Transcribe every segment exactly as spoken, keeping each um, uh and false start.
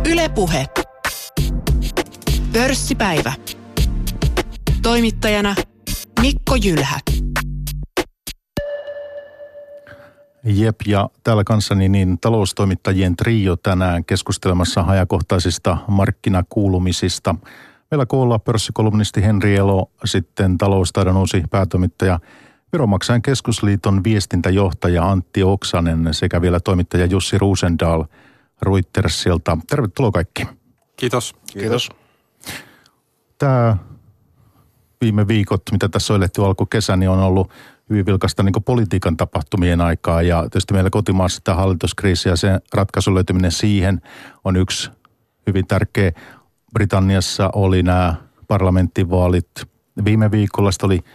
Yle Puhe. Pörssipäivä. Toimittajana Mikko Jylhä. Jep, ja täällä kanssani niin taloustoimittajien trio tänään keskustelemassa ajankohtaisista markkinakuulumisista. Meillä koolla pörssikolumnisti Henri Elo, sitten taloustaidon uusi päätoimittaja, Veronmaksajain keskusliiton viestintäjohtaja Antti Oksanen sekä vielä toimittaja Jussi Rosendahl Reutersilta. Tervetuloa kaikki. Kiitos. Kiitos. Tämä viime viikot, mitä tässä on eletty alkukesä, niin on ollut hyvin vilkasta niin kuin politiikan tapahtumien aikaa. Ja tietysti meillä kotimaassa tämä hallituskriisi ja sen ratkaisun löytyminen siihen on yksi hyvin tärkeä. Britanniassa oli nämä parlamenttivaalit viime viikolla. Sitten oli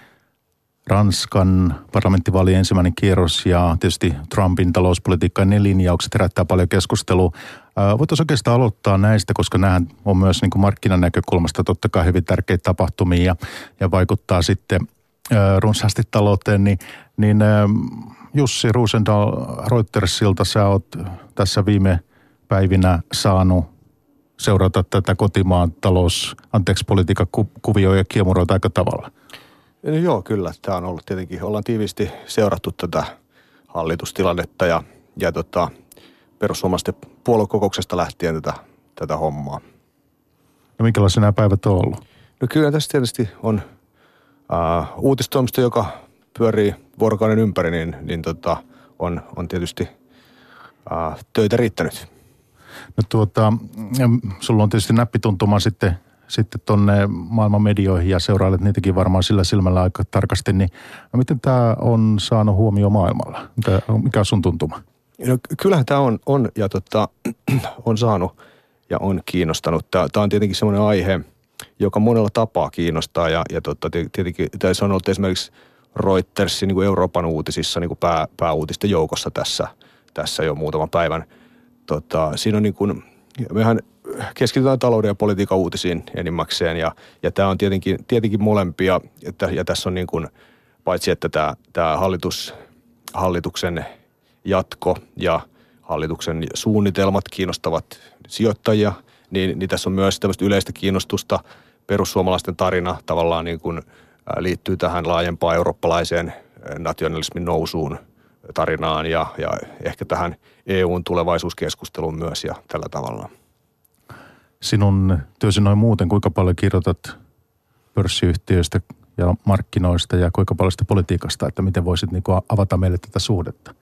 Ranskan parlamenttivaalien ensimmäinen kierros ja tietysti Trumpin talouspolitiikka ja ne linjaukset herättää paljon keskustelua. Voitaisiin oikeastaan aloittaa näistä, koska nämähän on myös niin kuin markkinan näkökulmasta totta kai hyvin tärkeitä tapahtumia ja, ja vaikuttaa sitten ää, runsaasti talouteen. Niin, niin ää, Jussi Rosendahl Reutersilta, sä oot tässä viime päivinä saanut seurata tätä kotimaan talous, anteeksi politiikan ku, kuvioja ja kiemuroita aika tavalla. No joo, kyllä. Tämä on ollut tietenkin, ollaan tiiviisti seurattu tätä hallitustilannetta ja, ja tota, perussuomalaisten puoluekokouksesta lähtien tätä, tätä hommaa. No minkälaisia nämä päivät on ollut? No kyllä tässä tietysti on uh, uutistoimisto, joka pyörii vuorokauden ympäri, niin, niin tota, on, on tietysti uh, töitä riittänyt. No tuota, sulla on tietysti näppituntuma sitten sitten tuonne maailman medioihin ja seurailet niitäkin varmaan sillä silmällä aika tarkasti, niin no miten tämä on saanut huomioon maailmalla? Mikä on sun tuntuma? No kyllähän tämä on, on ja tota, on saanut ja on kiinnostanut. Tämä, tämä on tietenkin semmoinen aihe, joka monella tapaa kiinnostaa ja, ja tota, tietenkin se on ollut esimerkiksi Reutersin niin kuin Euroopan uutisissa niin kuin pää, pääuutisten joukossa tässä, tässä jo muutaman päivän. Tota, siinä on niin kuin, mehän keskitytään talouden ja politiikan uutisiin enimmäkseen ja, ja tämä on tietenkin, tietenkin molempia että, ja tässä on niin kuin, paitsi että tämä, tämä hallitus, hallituksen jatko ja hallituksen suunnitelmat kiinnostavat sijoittajia, niin, niin tässä on myös tämmöistä yleistä kiinnostusta. Perussuomalaisten tarina tavallaan niin kuin liittyy tähän laajempaan eurooppalaiseen nationalismin nousuun tarinaan ja, ja ehkä tähän E U:n tulevaisuuskeskusteluun myös ja tällä tavalla. Sinun työsi noin muuten, kuinka paljon kirjoitat pörssiyhtiöistä ja markkinoista ja kuinka paljon sitä politiikasta, että miten voisit niin kuin avata meille tätä suhdetta?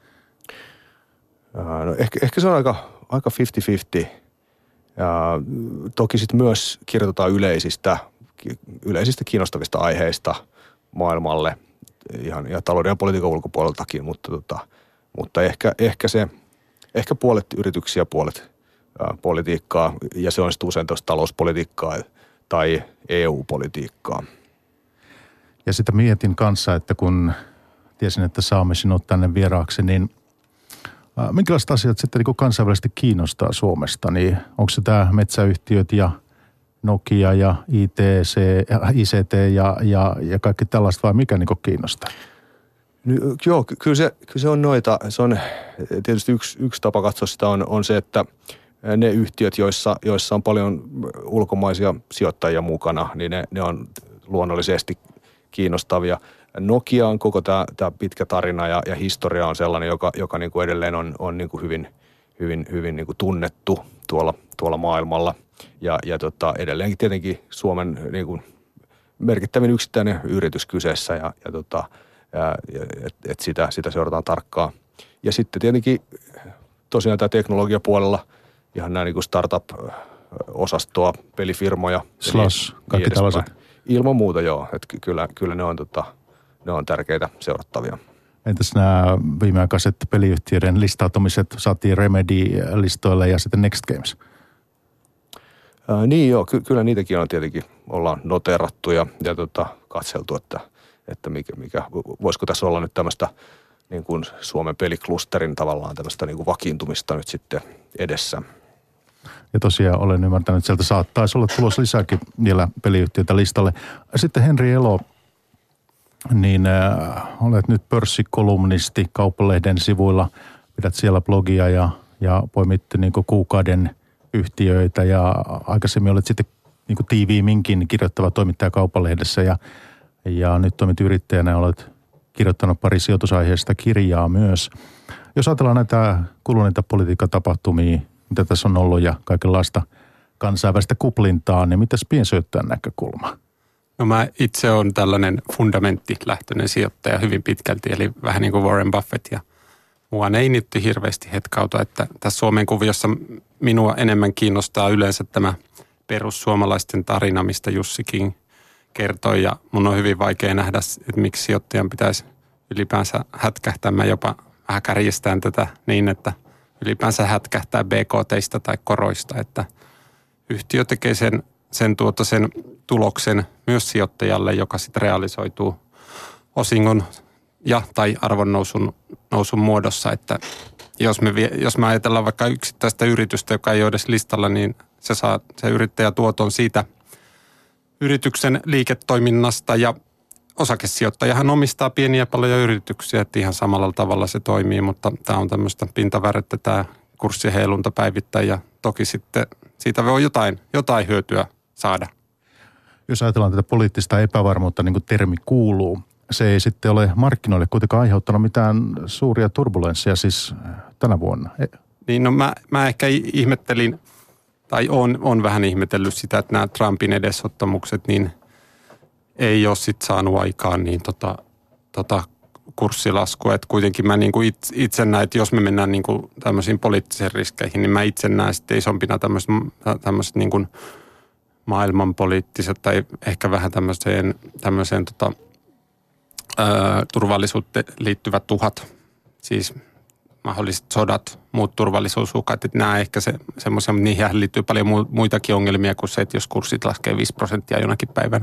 No ehkä, ehkä se on aika, aika viisikymmentä viisikymmentä. Ja toki sitten myös kirjoitetaan yleisistä, yleisistä kiinnostavista aiheista maailmalle ihan ja talouden ja politiikan ulkopuoleltakin, mutta, tota, mutta ehkä, ehkä se, ehkä puolet yrityksiä, puolet politiikkaa, ja se on sitten usein tuosta talouspolitiikkaa tai E U-politiikkaa. Ja sitä mietin kanssa, että kun tiesin, että saamme sinut tänne vieraaksi, niin minkälaiset asiat sitten niin kansainvälisesti kiinnostaa Suomesta? Niin onko se tämä metsäyhtiöt ja Nokia ja I T C, I C T ja, ja, ja kaikki tällaista, vai mikä niin kiinnostaa? No, joo, kyllä se, kyllä se on noita. Se on tietysti yksi, yksi tapa katsoa sitä on, on se, että ne yhtiöt, joissa, joissa on paljon ulkomaisia sijoittajia mukana, niin ne, ne on luonnollisesti kiinnostavia. Nokia on koko tämä, tämä pitkä tarina ja, ja historia on sellainen, joka, joka niin kuin edelleen on, on niin kuin hyvin, hyvin, hyvin niin kuin tunnettu tuolla, tuolla maailmalla. Ja, ja tota, edelleenkin tietenkin Suomen niin kuin merkittävin yksittäinen yritys kyseessä ja, ja tota, että et sitä, sitä seurataan tarkkaan. Ja sitten tietenkin tosiaan tämä teknologiapuolella ihan nämä niin kuin startup-osastoa, pelifirmoja. Slash, kaikki tällaiset. Ilman muuta joo, että kyllä, kyllä ne, on, tota, ne on tärkeitä seurattavia. Entäs nämä viimeaikaiset peliyhtiöiden listautumiset saatiin Remedy-listoille ja sitten Next Games? Ää, niin joo, ky- kyllä niitäkin on tietenkin, ollaan noteerattu ja, ja tota, katseltu, että, että mikä, mikä, voisiko tässä olla nyt tämmöistä niin kuin Suomen peliklusterin tavallaan tämmöistä niin kuin vakiintumista nyt sitten edessä. Ja tosiaan olen ymmärtänyt, että sieltä saattaisi olla tulos lisääkin vielä peliyhtiöitä listalle. Sitten Henri Elo, niin äh, olet nyt pörssikolumnisti Kauppalehden sivuilla, pidät siellä blogia ja, ja poimit niin kuin kuukauden yhtiöitä ja aikaisemmin olet sitten niin kuin tiiviimminkin kirjoittava toimittaja Kauppalehdessä ja, ja nyt toimit yrittäjänä ja olet kirjoittanut pari sijoitusaiheesta kirjaa myös. Jos ajatellaan näitä kuluneita politiikkatapahtumia, mitä tässä on ollut ja kaikenlaista kansainvälistä kuplintaa, niin mitäs piensijoittajan näkökulma? No mä itse olen tällainen fundamenttilähtöinen sijoittaja hyvin pitkälti, eli vähän niin kuin Warren Buffett ja mua ei nyt hirveästi hetkauta, että tässä Suomen kuviossa minua enemmän kiinnostaa yleensä tämä perussuomalaisten tarina, mistä Jussikin kertoi ja mun on hyvin vaikea nähdä, että miksi sijoittajan pitäisi ylipäänsä hätkähtää. Mä jopa vähän kärjestään tätä niin, että ylipäänsä hätkähtää B K T:istä tai koroista, että yhtiö tekee sen, sen, tuota, sen tuloksen myös sijoittajalle, joka sitten realisoituu osingon ja tai arvonnousun nousun muodossa, että jos me, jos me ajatellaan vaikka yksittäistä yritystä, joka ei ole edes listalla, niin se saa se yrittäjä tuoton siitä yrityksen liiketoiminnasta ja osakesijoittajahan omistaa pieniä paljon yrityksiä, että ihan samalla tavalla se toimii, mutta tämä on tämmöistä pintavärettä tämä kurssiheilunta päivittäin ja toki sitten siitä voi jotain, jotain hyötyä saada. Jos ajatellaan tätä poliittista epävarmuutta, niin kuin termi kuuluu, se ei sitten ole markkinoille kuitenkaan aiheuttanut mitään suuria turbulenssia siis tänä vuonna. Niin no mä, mä ehkä ihmettelin, tai on, on vähän ihmetellyt sitä, että nämä Trumpin edesottamukset, niin ei ole sitten saanut aikaan niin tota, tota kurssilaskua. Että kuitenkin mä niinku itse, itse näen, että jos me mennään niinku tämmöisiin poliittisiin riskeihin, niin mä itse näen sitten isompina tämmöiset, tämmöiset niinku maailmanpoliittiset tai ehkä vähän tämmöiseen, tämmöiseen tota, ää, turvallisuuteen liittyvät uhat. Siis mahdolliset sodat, muut turvallisuusuhkat, että nämä ehkä se, semmoisia, mutta niihin liittyy paljon muitakin ongelmia kuin se, että jos kurssit laskee viisi prosenttia jonakin päivänä.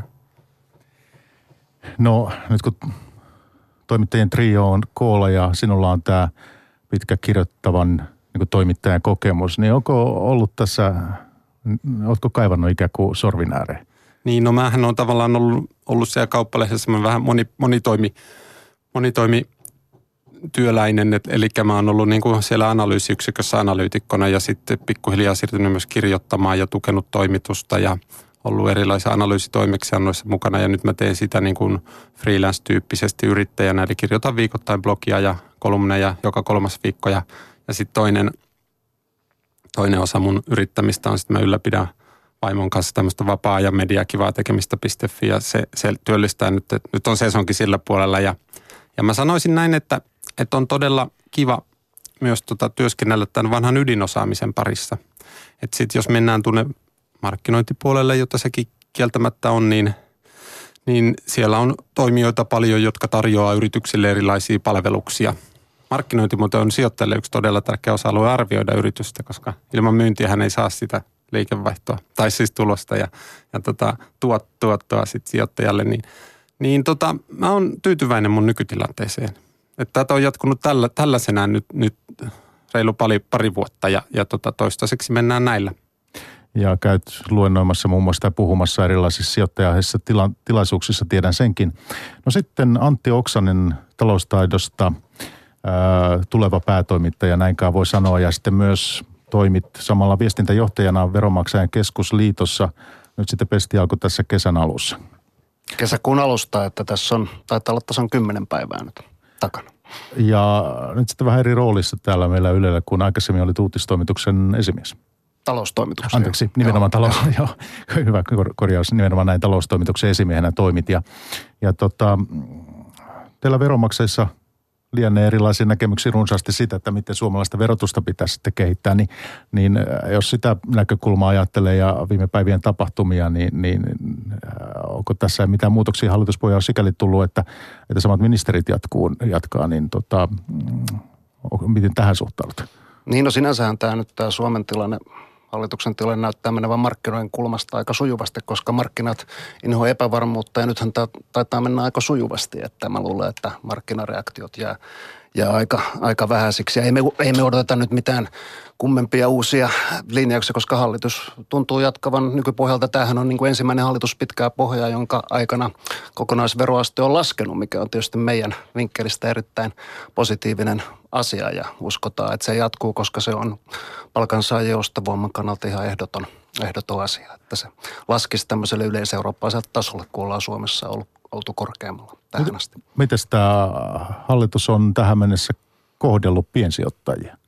No nyt kun toimittajien trio on koolla ja sinulla on tämä pitkä kirjoittavan niin kuin toimittajan kokemus, niin onko ollut tässä, oletko kaivannut ikään kuin sorvin ääreen? Niin, no mähän on tavallaan ollut, ollut siellä Kauppalehdessä vähän moni, monitoimi, monitoimi työläinen, et, eli mä oon ollut niin kuin siellä analyysiyksikössä analyytikkona ja sitten pikkuhiljaa siirtynyt myös kirjoittamaan ja tukenut toimitusta ja ollut erilaisia analyysitoimeksiannoissa mukana ja nyt mä teen sitä niin kuin freelance-tyyppisesti yrittäjänä, eli kirjoitan viikoittain blogia ja kolumneja joka kolmas viikko ja, ja sitten toinen, toinen osa mun yrittämistä on sitten mä ylläpidän vaimon kanssa tämmöistä vapaa-ajan mediaa kivaa tekemistä piste fi ja se, se työllistää nyt, että nyt on sesonkin sillä puolella ja, ja mä sanoisin näin, että, että on todella kiva myös tota työskennellä tämän vanhan ydinosaamisen parissa. Että sitten jos mennään tuonne markkinointipuolelle, jota sekin kieltämättä on, niin, niin siellä on toimijoita paljon, jotka tarjoaa yrityksille erilaisia palveluksia. Markkinointi muuten on sijoittajalle yksi todella tärkeä osa-alue arvioida yritystä, koska ilman myyntiä hän ei saa sitä liikevaihtoa, tai siis tulosta ja, ja tota, tuot, tuottoa sitten sijoittajalle. Niin, niin tota, mä oon tyytyväinen mun nykytilanteeseen. Että tätä on jatkunut tällä, tällaisenään nyt, nyt reilu pari, pari vuotta ja, ja tota, toistaiseksi mennään näillä. Ja käyt luennoimassa muun muassa puhumassa erilaisissa sijoittajaisissa tila, tilaisuuksissa, tiedän senkin. No sitten Antti Oksanen Taloustaidosta, ää, tuleva päätoimittaja, näinkään voi sanoa, ja sitten myös toimit samalla viestintäjohtajana Veronmaksajain Keskusliitossa. Nyt sitten pesti alkoi tässä kesän alussa. Kesäkuun alusta, että tässä on, taitaa olla tasan kymmenen päivää nyt takana. Ja nyt sitten vähän eri roolissa täällä meillä Ylellä, kun aikaisemmin oli uutistoimituksen esimies. Taloustoimituksen. Anteeksi, nimenomaan talous, joo, hyvä korjaus, nimenomaan näin taloustoimituksen esimiehenä toimit. Ja, ja tota, teillä veronmaksajissa lienee erilaisia näkemyksiä runsaasti siitä, että miten suomalaista verotusta pitäisi sitten kehittää, niin, niin jos sitä näkökulmaa ajattelee ja viime päivien tapahtumia, niin, niin onko tässä mitään muutoksia hallituspohjaan sikäli tullut, että, että samat ministerit jatkuu, jatkaa, niin tota, miten tähän suhtaudut? Niin, no sinänsähän tämä nyt tämä Suomen tilanne, hallituksen tilanne näyttää menevän markkinoiden kulmasta aika sujuvasti, koska markkinat inhoa epävarmuutta ja nythän tämä taitaa mennä aika sujuvasti, että mä luulen, että markkinareaktiot jää, jää aika, aika vähäisiksi. Ja ei me, ei me odoteta nyt mitään kummempia uusia linjauksia, koska hallitus tuntuu jatkavan nykypohjalta. Tämähän on niin kuin ensimmäinen hallitus pitkää pohjaa, jonka aikana kokonaisveroaste on laskenut, mikä on tietysti meidän vinkkelistä erittäin positiivinen asia ja uskotaan, että se jatkuu, koska se on palkansaajien ostovoiman kannalta ihan ehdoton, ehdoton asia, että se laskisi tämmöiselle yleiseurooppalaiselle tasolle, kun ollaan Suomessa ollut, oltu korkeammalla tähän asti. Miten tämä hallitus on tähän mennessä kohdellut piensijoittajia?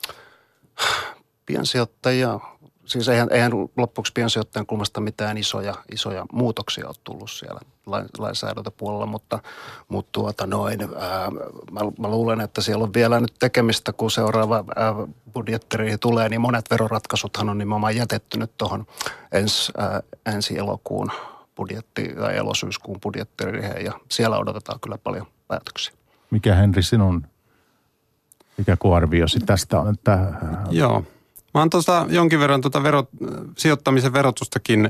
Piensijoittajia, siis eihän, eihän loppuksi piensijoittajan kulmasta mitään isoja, isoja muutoksia ole tullut siellä lainsäädäntöpuolella, mutta, mutta tuota noin, ää, mä, mä luulen, että siellä on vielä nyt tekemistä, kun seuraava ää, budjettiriihi tulee, niin monet veroratkaisuthan on nimenomaan jätetty nyt tuohon ensi, ää, ensi elokuun budjetti tai elosyyskuun budjettiriiheen ja siellä odotetaan kyllä paljon päätöksiä. Mikä Henri sinun ikään kuin arviosi tästä on, että... Joo. Mä oon tuossa jonkin verran tuota verot, sijoittamisen verotustakin,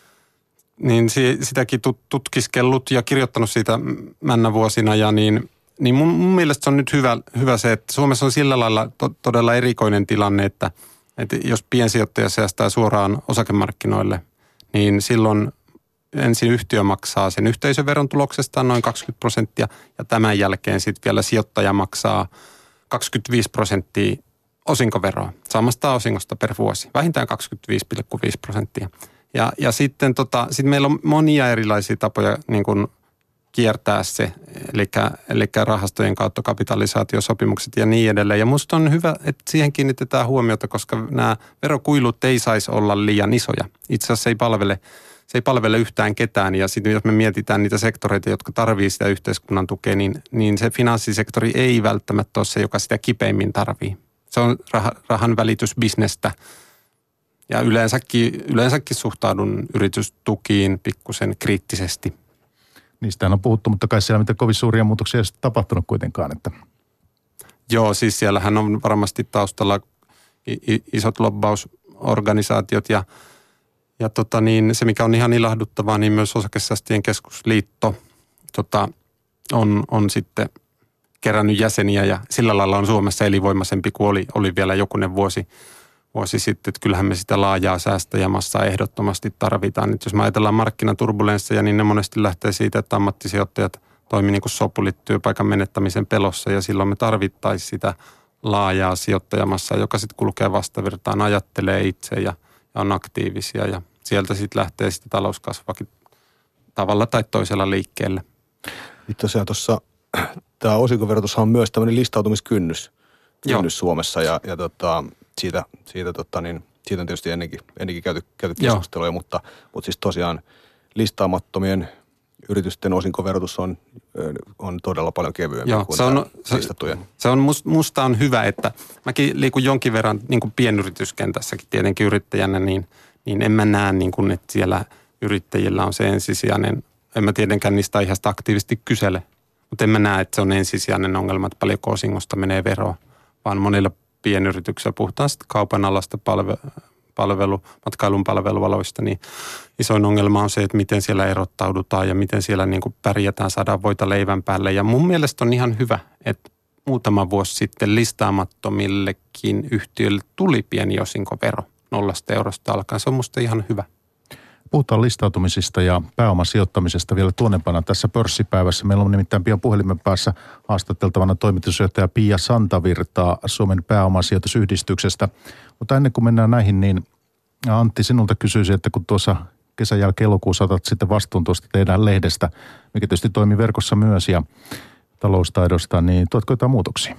niin si, sitäkin tut, tutkiskellut ja kirjoittanut siitä männävuosina ja niin, niin mun, mun mielestä se on nyt hyvä, hyvä se, että Suomessa on sillä lailla to, todella erikoinen tilanne, että, että jos piensijoittaja säästää suoraan osakemarkkinoille, niin silloin ensin yhtiö maksaa sen yhteisöveron tuloksestaan noin kaksikymmentä prosenttia ja tämän jälkeen sitten vielä sijoittaja maksaa kaksikymmentäviisi prosenttia osinkoveroa saamasta osingosta per vuosi, vähintään kaksikymmentäviisi pilkku viisi prosenttia. Ja, ja sitten tota, sit meillä on monia erilaisia tapoja niin kuin kiertää se, eli, eli rahastojen kautta kapitalisaatiosopimukset ja niin edelleen. Ja musta on hyvä, että siihen kiinnitetään huomiota, koska nämä verokuilut ei saisi olla liian isoja. Itse asiassa se ei palvele, se ei palvele yhtään ketään. Ja sitten jos me mietitään niitä sektoreita, jotka tarvii sitä yhteiskunnan tukea, niin, niin se finanssisektori ei välttämättä ole se, joka sitä kipeimmin tarvii. Se on rah, rahan välitysbisnestä. Ja yleensäkin, yleensäkin suhtaudun yritystukiin pikkusen kriittisesti. Niistä on puhuttu, mutta kai siellä mitä kovin suuria muutoksia ei ole tapahtunut kuitenkaan. Että... Joo, siis siellähän on varmasti taustalla isot lobbausorganisaatiot ja, ja tota niin, se mikä on ihan ilahduttavaa, niin myös Osakesäästäjien keskusliitto tota, on, on sitten kerännyt jäseniä ja sillä lailla on Suomessa elinvoimaisempi kuin oli, oli vielä jokunen vuosi. Vuosi sitten, että kyllähän me sitä laajaa säästäjämassaa ehdottomasti tarvitaan. Nyt jos me ajatellaan markkinaturbulensseja, niin ne monesti lähtee siitä, että ammattisijoittajat toimii niin kuin sopulit työpaikan menettämisen pelossa ja silloin me tarvittaisiin sitä laajaa sijoittajamassaa, joka sitten kulkee vastavirtaan, ajattelee itse ja, ja on aktiivisia ja sieltä sitten lähtee sitten talouskasvakin tavalla tai toisella liikkeelle. Tosiaan tuossa tämä osinkoverotushan on myös tämmöinen listautumiskynnys kynnys Suomessa ja, ja tota, siitä, siitä, tota, niin, siitä on tietysti ennenkin, ennenkin käyty, käyty keskusteluja, mutta, mutta siis tosiaan listaamattomien yritysten osinkoverotus on, on todella paljon kevyempi Joo, kuin se on, listattujen. Se, se on must, musta on hyvä, että mäkin liikun jonkin verran niin kuin pienyrityskentässäkin tietenkin yrittäjänä, niin, niin en mä näe, niin kuin, että siellä yrittäjillä on se ensisijainen, en mä tietenkään niistä ihan sitä aktiivisesti kysele, mutta en mä näe, että se on ensisijainen ongelma, että paljonko osingosta menee veroa, vaan monilla pienyrityksillä, puhutaan sitten kaupan alasta palve, palvelu, matkailun palvelualoista, niin isoin ongelma on se, että miten siellä erottaudutaan ja miten siellä niin kuin pärjätään, saadaan voita leivän päälle. Ja mun mielestä on ihan hyvä, että muutama vuosi sitten listaamattomillekin yhtiöille tuli pieni osinkovero nollasta eurosta alkaen. Se on musta ihan hyvä. Puhutaan listautumisista ja pääomasijoittamisesta vielä tuonnepana tässä pörssipäivässä. Meillä on nimittäin pian puhelimen päässä haastateltavana toimitusjohtaja Pia Santavirtaa Suomen pääomasijoitusyhdistyksestä. Mutta ennen kuin mennään näihin, niin Antti, sinulta kysyisin, että kun tuossa kesän jälkeen elokuussa otat sitten vastuun tuosta teidän lehdestä, mikä tietysti toimii verkossa myös ja taloustaidosta, niin tuotko jotain muutoksia?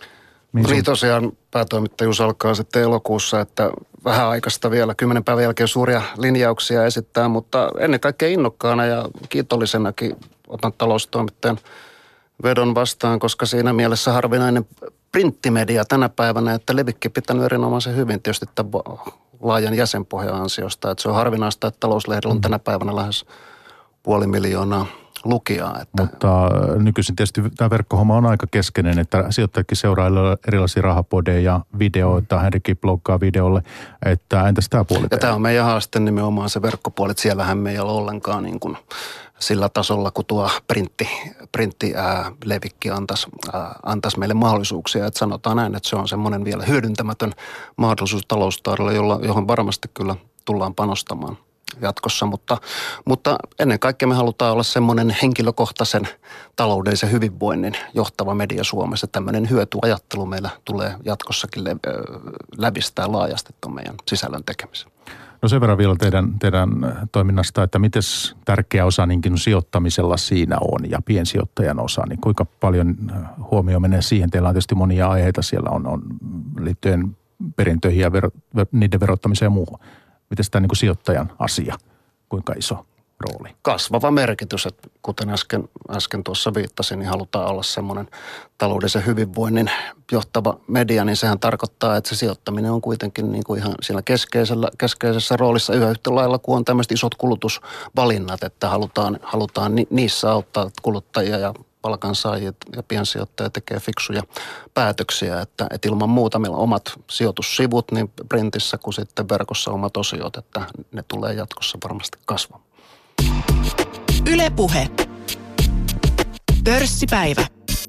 Niin sun... tosiaan päätoimittajuus alkaa sitten elokuussa, että vähän aikaista vielä, kymmenen päivän jälkeen suuria linjauksia esittää, mutta ennen kaikkea innokkaana ja kiitollisenakin otan taloustoimittajan vedon vastaan, koska siinä mielessä harvinainen printtimedia tänä päivänä, että levikki pitänyt erinomaisen hyvin tietysti tämän laajan jäsenpohjan ansiosta, että se on harvinaista, että talouslehdellä on tänä päivänä lähes puoli miljoonaa lukijaa. Että... Mutta nykyisin tietysti tämä verkkohomma on aika keskeinen, että sijoittajatkin seuraa erilaisia rahapodeja ja videoita, Henrikin bloggaa videolle, että entäs tämä puoli? Ja tämä on meidän haaste nimenomaan se verkkopuoli, että siellähän me ei ole ollenkaan niin kuin sillä tasolla, kun tuo printti, printti ää, levikki antaisi, ää, antaisi meille mahdollisuuksia. Että sanotaan näin, että se on semmoinen vielä hyödyntämätön mahdollisuus taloustaidolla, jolla, johon varmasti kyllä tullaan panostamaan jatkossa, mutta, mutta ennen kaikkea me halutaan olla semmoinen henkilökohtaisen taloudellisen hyvinvoinnin johtava media Suomessa. Tämmöinen hyötyajattelu meillä tulee jatkossakin lävistää laajasti tuon meidän sisällön tekemisen. No sen verran vielä teidän, teidän toiminnasta, että miten tärkeä osa niin sijoittamisella siinä on ja piensijoittajan osa, niin kuinka paljon huomio menee siihen? Teillä on tietysti monia aiheita siellä on, on liittyen perintöihin ja vero, niiden verottamiseen ja muuhun. Miten tämä niin sijoittajan asia, kuinka iso rooli? Kasvava merkitys, että kuten äsken, äsken tuossa viittasin, niin halutaan olla semmoinen taloudellisen hyvinvoinnin johtava media, niin sehän tarkoittaa, että se sijoittaminen on kuitenkin niin kuin ihan siellä keskeisellä, keskeisessä roolissa yhä yhtä lailla, kun on tämmöiset isot kulutusvalinnat, että halutaan, halutaan niissä auttaa kuluttajia ja palkansaajia ja piensijoittajia tekee fiksuja päätöksiä, että, että ilman muuta meillä on omat sijoitussivut niin printissä kuin sitten verkossa omat osiot, että ne tulee jatkossa varmasti kasvamaan. Yle Puhe. Pörssipäivä.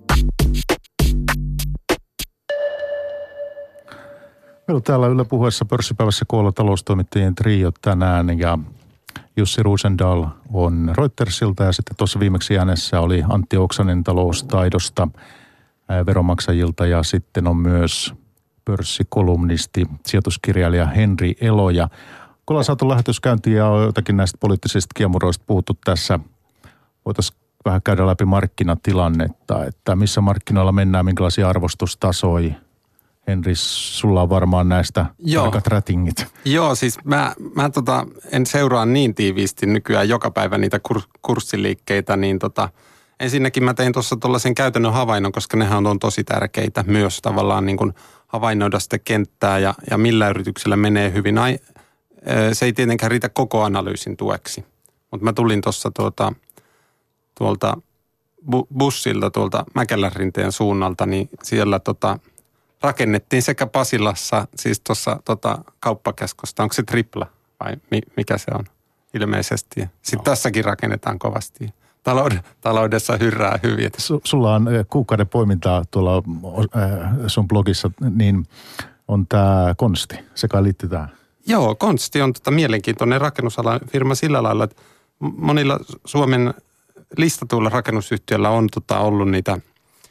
Meillä on täällä Yle Puheessa pörssipäivässä koolla taloustoimittajien trio tänään ja Jussi Roosendahl on Reutersilta ja sitten tuossa viimeksi äänessä oli Antti Oksanen taloustaidosta veronmaksajilta ja sitten on myös pörssikolumnisti, sijoituskirjailija Henri Elo ja kun ollaan saatu lähetyskäyntiin ja on jotakin näistä poliittisista kiemuroista puhuttu tässä, voitaisiin vähän käydä läpi markkinatilannetta, että missä markkinoilla mennään, minkälaisia arvostustasoja. Henri, sulla on varmaan näistä tarkat rätingit. Joo, siis mä, mä tota, en seuraa niin tiiviisti nykyään joka päivä niitä kur, kurssiliikkeitä, niin tota, ensinnäkin mä tein tuossa tuollaisen käytännön havainnon, koska nehän on tosi tärkeitä myös tavallaan niin kuin havainnoida sitä kenttää ja, ja millä yrityksellä menee hyvin. Ai, se ei tietenkään riitä koko analyysin tueksi, mutta mä tulin tuossa tuolta, tuolta bussilta tuolta Mäkelänrinteen suunnalta, niin siellä tota, rakennettiin sekä Pasilassa, siis tuossa tota, kauppakeskusta, onko se Tripla vai mi, mikä se on ilmeisesti. Sitten no. Tässäkin rakennetaan kovasti. Taloud- taloudessa hyrrää hyvin. Su, sulla on kuukauden poimintaa tuolla äh, sun blogissa, niin on tämä Konsti, se kai liittyy tähän. Joo, Konsti on tota mielenkiintoinen rakennusalan firma sillä lailla, että monilla Suomen listatuilla rakennusyhtiöillä on tota ollut niitä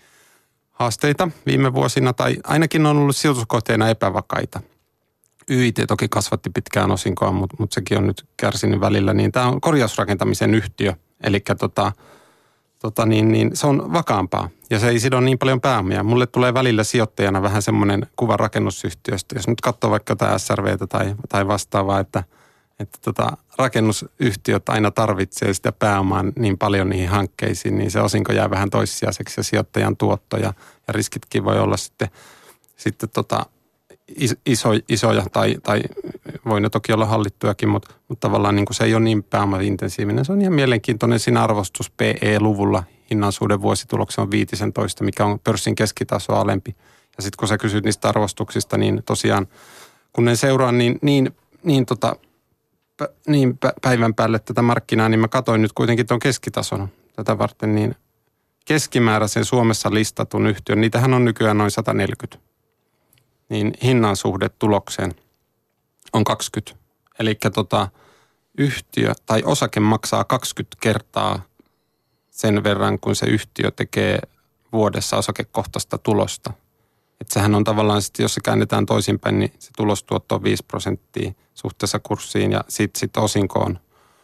haasteita viime vuosina, tai ainakin on ollut sijoituskohteena epävakaita. Y I T toki kasvatti pitkään osinkoa, mutta, mutta sekin on nyt kärsinyt välillä. Niin tämä on korjausrakentamisen yhtiö, eli tota, tota niin, niin se on vakaampaa ja se ei sido niin paljon pääomia. Mulle tulee välillä sijoittajana vähän semmoinen kuva rakennusyhtiöstä, jos nyt katsoo vaikka jotain S R V:tä tai, tai vastaavaa, että, että tota, rakennusyhtiöt aina tarvitsee sitä pääomaa niin paljon niihin hankkeisiin, niin se osinko jää vähän toissijaiseksi ja sijoittajan tuotto ja, ja riskitkin voi olla sitten, sitten tota, iso, isoja tai, tai voi ne toki olla hallittujakin, mutta, mutta tavallaan niin kuin se ei ole niin pääoma-intensiivinen. Se on ihan mielenkiintoinen siinä arvostus P E-luvulla. Hinnansuhde vuosituloksen on viisitoista, mikä on pörssin keskitasoa alempi. Ja sitten kun sä kysyt niistä arvostuksista, niin tosiaan kun ne seuraa niin, niin, niin, tota, niin päivän päälle tätä markkinaa, niin mä katsoin nyt kuitenkin tuon keskitason tätä varten, niin keskimääräisen Suomessa listatun yhtiön, niitähän on nykyään noin sata neljäkymmentä. Niin hinnan suhde tulokseen on kaksikymmentä. Eli tota, yhtiö tai osake maksaa kaksikymmentä kertaa sen verran, kun se yhtiö tekee vuodessa osakekohtaista tulosta. Että sehän on tavallaan sitten, jos se käännetään toisinpäin, niin se tulostuotto on viisi prosenttia suhteessa kurssiin ja sitten sit osinko on,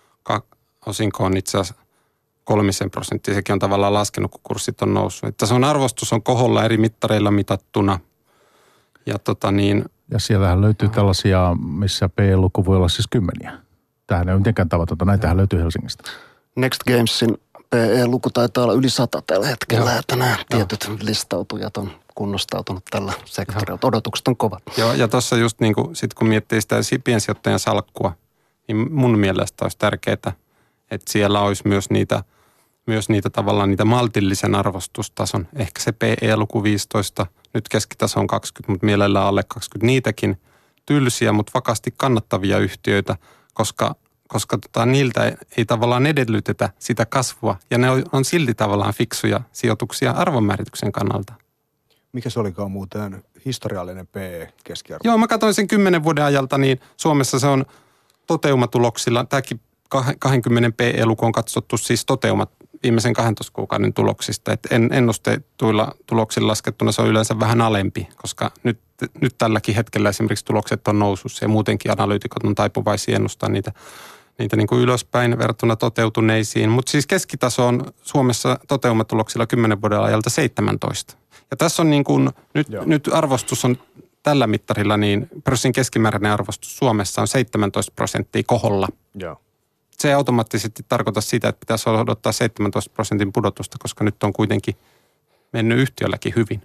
osinko on itse asiassa kolmisen prosenttia. Sekin on tavallaan laskenut, kun kurssit on noussut. Että se on arvostus on koholla eri mittareilla mitattuna. Ja, tota niin, ja siellähän löytyy tällaisia, missä P E-luku voi olla siis kymmeniä. Tämähän ei ole mitenkään tavatonta. Näitähän löytyy Helsingistä. Next Gamesin P E-luku taitaa olla yli sata tällä hetkellä, Joo. että nämä tietyt Joo. listautujat on kunnostautunut tällä sektorilla. Odotukset on kovat. Joo, ja tuossa just niin kuin, sit kun miettii sitä piensijoittajan salkkua, niin mun mielestä olisi tärkeää, että siellä olisi myös niitä, myös niitä tavallaan niitä maltillisen arvostustason. Ehkä se P E-luku viisitoista, nyt keskitaso on kaksikymmentä, mutta mielellään alle kaksikymmentä. Niitäkin tylsiä, mutta vakaasti kannattavia yhtiöitä, koska, koska tota, niiltä ei, ei tavallaan edellytetä sitä kasvua. Ja ne on, on silti tavallaan fiksuja sijoituksia arvonmäärityksen kannalta. Mikä se olikaan muuten historiallinen P E keskiarvo? Joo, mä katsoin sen kymmenen vuoden ajalta, niin Suomessa se on toteumatuloksilla, tämäkin kaksikymmentä P E-luku on katsottu siis toteumat viimeisen kahdentoista kuukauden tuloksista. Et en, ennustetuilla tuloksilla laskettuna se on yleensä vähän alempi, koska nyt, nyt tälläkin hetkellä esimerkiksi tulokset on nousussa ja muutenkin analyytikot on taipuvaisia ennustaa niitä, niitä niin kuin ylöspäin verrattuna toteutuneisiin. Mutta siis keskitaso on Suomessa toteumatuloksilla kymmenen vuoden ajalta seitsemäntoista. Ja tässä on niin kuin, nyt, nyt arvostus on tällä mittarilla, niin pörssin keskimääräinen arvostus Suomessa on seitsemäntoista prosenttia koholla. Joo. Se ei automaattisesti tarkoita sitä, että pitäisi odottaa seitsemäntoista prosentin pudotusta, koska nyt on kuitenkin mennyt yhtiölläkin hyvin.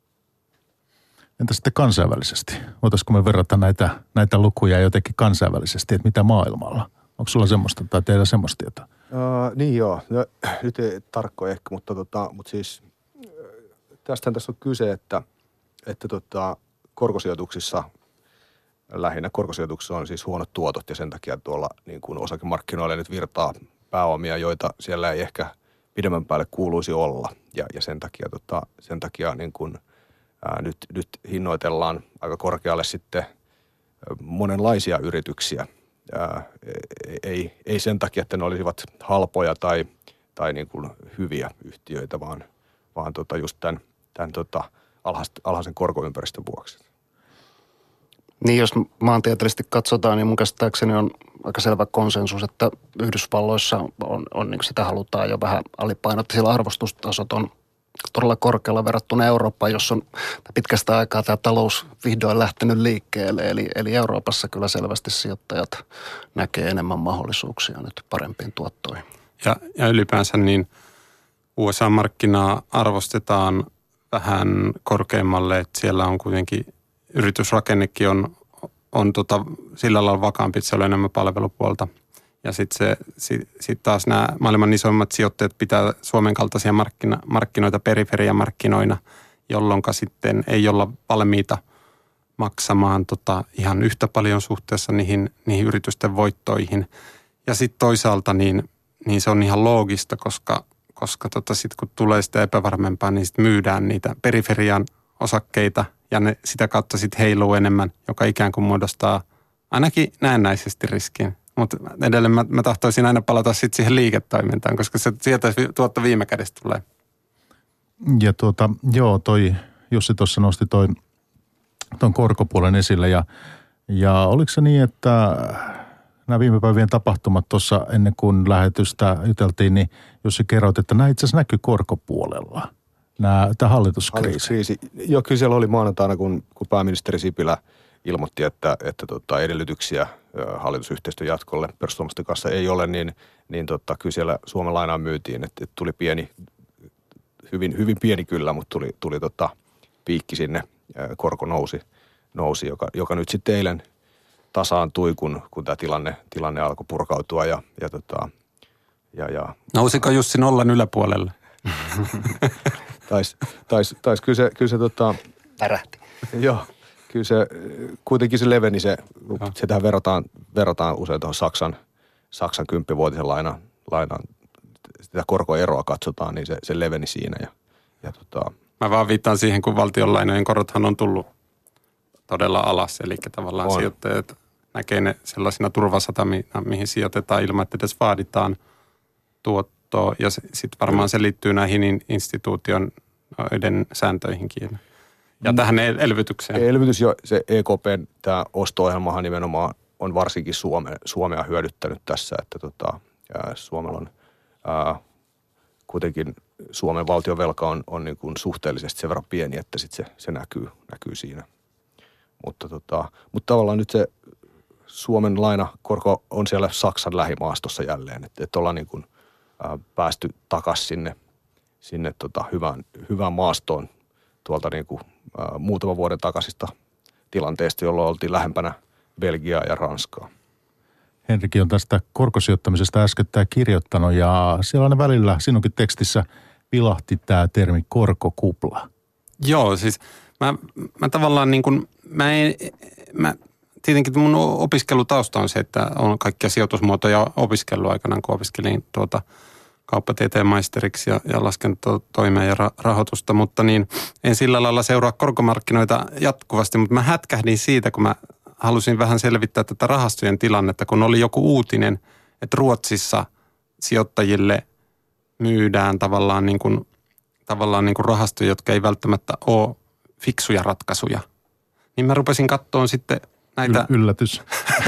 Entä sitten kansainvälisesti? Voitaisiko me verrata näitä, näitä lukuja jotenkin kansainvälisesti, että mitä maailmalla? Onko sulla semmoista tai teillä semmoista tietoa? Uh, niin joo, no, nyt ei tarkkoja ehkä, mutta, tota, mutta siis tästähän tässä on kyse, että, että tota, korkosijoituksissa, lähinnä korkosijoituksissa on siis huonot tuotot ja sen takia tuolla niin kuin osakemarkkinoille nyt virtaa pääomia, joita siellä ei ehkä pidemmän päälle kuuluisi olla. Ja, ja sen takia, tota, sen takia niin kuin, ää, nyt, nyt hinnoitellaan aika korkealle sitten monenlaisia yrityksiä. Ää, ei, ei sen takia, että ne olisivat halpoja tai, tai niin kuin hyviä yhtiöitä, vaan, vaan tota just tämän, tämän tota alhaisen korkoympäristön vuoksi. Niin, jos maantieteellisesti katsotaan, niin mun käsittääkseni on aika selvä konsensus, että Yhdysvalloissa on, on niin kuin sitä halutaan jo vähän alipainottaa. Siellä arvostustasot on todella korkealla verrattuna Eurooppaan, jos on pitkästä aikaa tämä talous vihdoin lähtenyt liikkeelle. Eli, eli Euroopassa kyllä selvästi sijoittajat näkee enemmän mahdollisuuksia nyt parempiin tuottoihin. Ja, ja ylipäänsä niin U S A-markkinaa arvostetaan vähän korkeammalle, että siellä on kuitenkin yritysrakennekin on, on tota, sillä lailla vakaampi, että siellä on enemmän palvelupuolta. Ja sitten se, sit, sit taas nämä maailman isoimmat sijoittajat pitää Suomen kaltaisia markkina, markkinoita periferiamarkkinoina, jolloin sitten ei olla valmiita maksamaan tota, ihan yhtä paljon suhteessa niihin, niihin yritysten voittoihin. Ja sitten toisaalta niin, niin se on ihan loogista, koska, koska tota sitten kun tulee sitä epävarmempaa, niin sitten myydään niitä periferian osakkeita ja ne sitä kautta sitten heiluu enemmän, joka ikään kuin muodostaa ainakin näennäisesti riskin. Mutta edelleen mä, mä tahtoisin aina palata sitten siihen liiketoimintaan, koska se sieltä tuotto viime kädessä tulee. Ja tuota, joo, toi Jussi tuossa nosti toi, ton korkopuolen esille ja, ja oliko se niin, että nämä viime päivien tapahtumat tuossa ennen kuin lähetystä juteltiin, niin Jussi kerroit, että nämä itse asiassa näkyy korkopuolella. Nämä, tämä hallituskriisi. hallituskriisi. Joo, kyllä siellä oli maanantaina, kun, kun pääministeri Sipilä ilmoitti, että, että tota, edellytyksiä hallitusyhteistyön jatkolle perussuomalaisten kanssa ei ole, niin, niin tota, kyllä siellä Suomen lainaa myytiin, että, että tuli pieni, hyvin, hyvin pieni kyllä, mutta tuli, tuli tota, piikki sinne, korko nousi, nousi joka, joka nyt sitten eilen tasaantui, kun, kun tämä tilanne, tilanne alkoi purkautua ja, ja, tota, ja, ja nousiko Jussi nollan yläpuolelle? Taisi tais, tais, kyllä se, kyllä se tota, värähti. Joo, kyllä se kuitenkin se leveni se, se tähän verrataan, verrataan usein tuohon Saksan, Saksan kymppivuotisen lainan, lainan, sitä korkoeroa katsotaan, niin se, se leveni siinä ja, ja tota. Mä vaan viittaan siihen, kun valtionlainojen korothan on tullut todella alas, eli tavallaan on. Sijoittajat näkee ne sellaisina turvasatamina, mihin sijoitetaan ilman, että edes vaaditaan tuottoa. Ja sitten varmaan se liittyy näihin instituutioiden sääntöihinkin. Ja tähän elvytykseen. Elvytys jo, se E K P:n tämä osto-ohjelmahan nimenomaan on varsinkin Suome, Suomea hyödyttänyt tässä, että tota, ää, Suomella on ää, kuitenkin Suomen valtionvelka on, on niin kuin suhteellisesti sen verran pieni, että sit se, se näkyy, näkyy siinä. Mutta, tota, mutta tavallaan nyt se Suomen lainakorko on siellä Saksan lähimaastossa jälleen, että, että ollaan niin kuin, ää, päästy takaisin sinne, sinne tota, hyvään, hyvään maastoon tuolta niin kuin, ää, muutaman vuoden takaisista tilanteesta, jolloin oltiin lähempänä Belgiaa ja Ranskaa. Henrikin on tästä korkosijoittamisesta äskettäin kirjoittanut ja siellä on välillä sinunkin tekstissä vilahti tämä termi korkokupla. Joo, siis mä, mä tavallaan niin kuin, mä en, mä, tietenkin mun opiskelutausta on se, että on kaikkia sijoitusmuotoja opiskellut aikanaan, kun opiskelin tuota kauppatieteen maisteriksi ja, ja laskentatoimea ja ra, rahoitusta, mutta niin en sillä lailla seuraa korkomarkkinoita jatkuvasti, mutta mä hätkähdin siitä, kun mä halusin vähän selvittää tätä rahastojen tilannetta, kun oli joku uutinen, että Ruotsissa sijoittajille myydään tavallaan niin kuin, tavallaan niin kuin rahastoja, jotka ei välttämättä ole fiksuja ratkaisuja. Niin mä rupesin katsoa sitten näitä... Y- yllätys.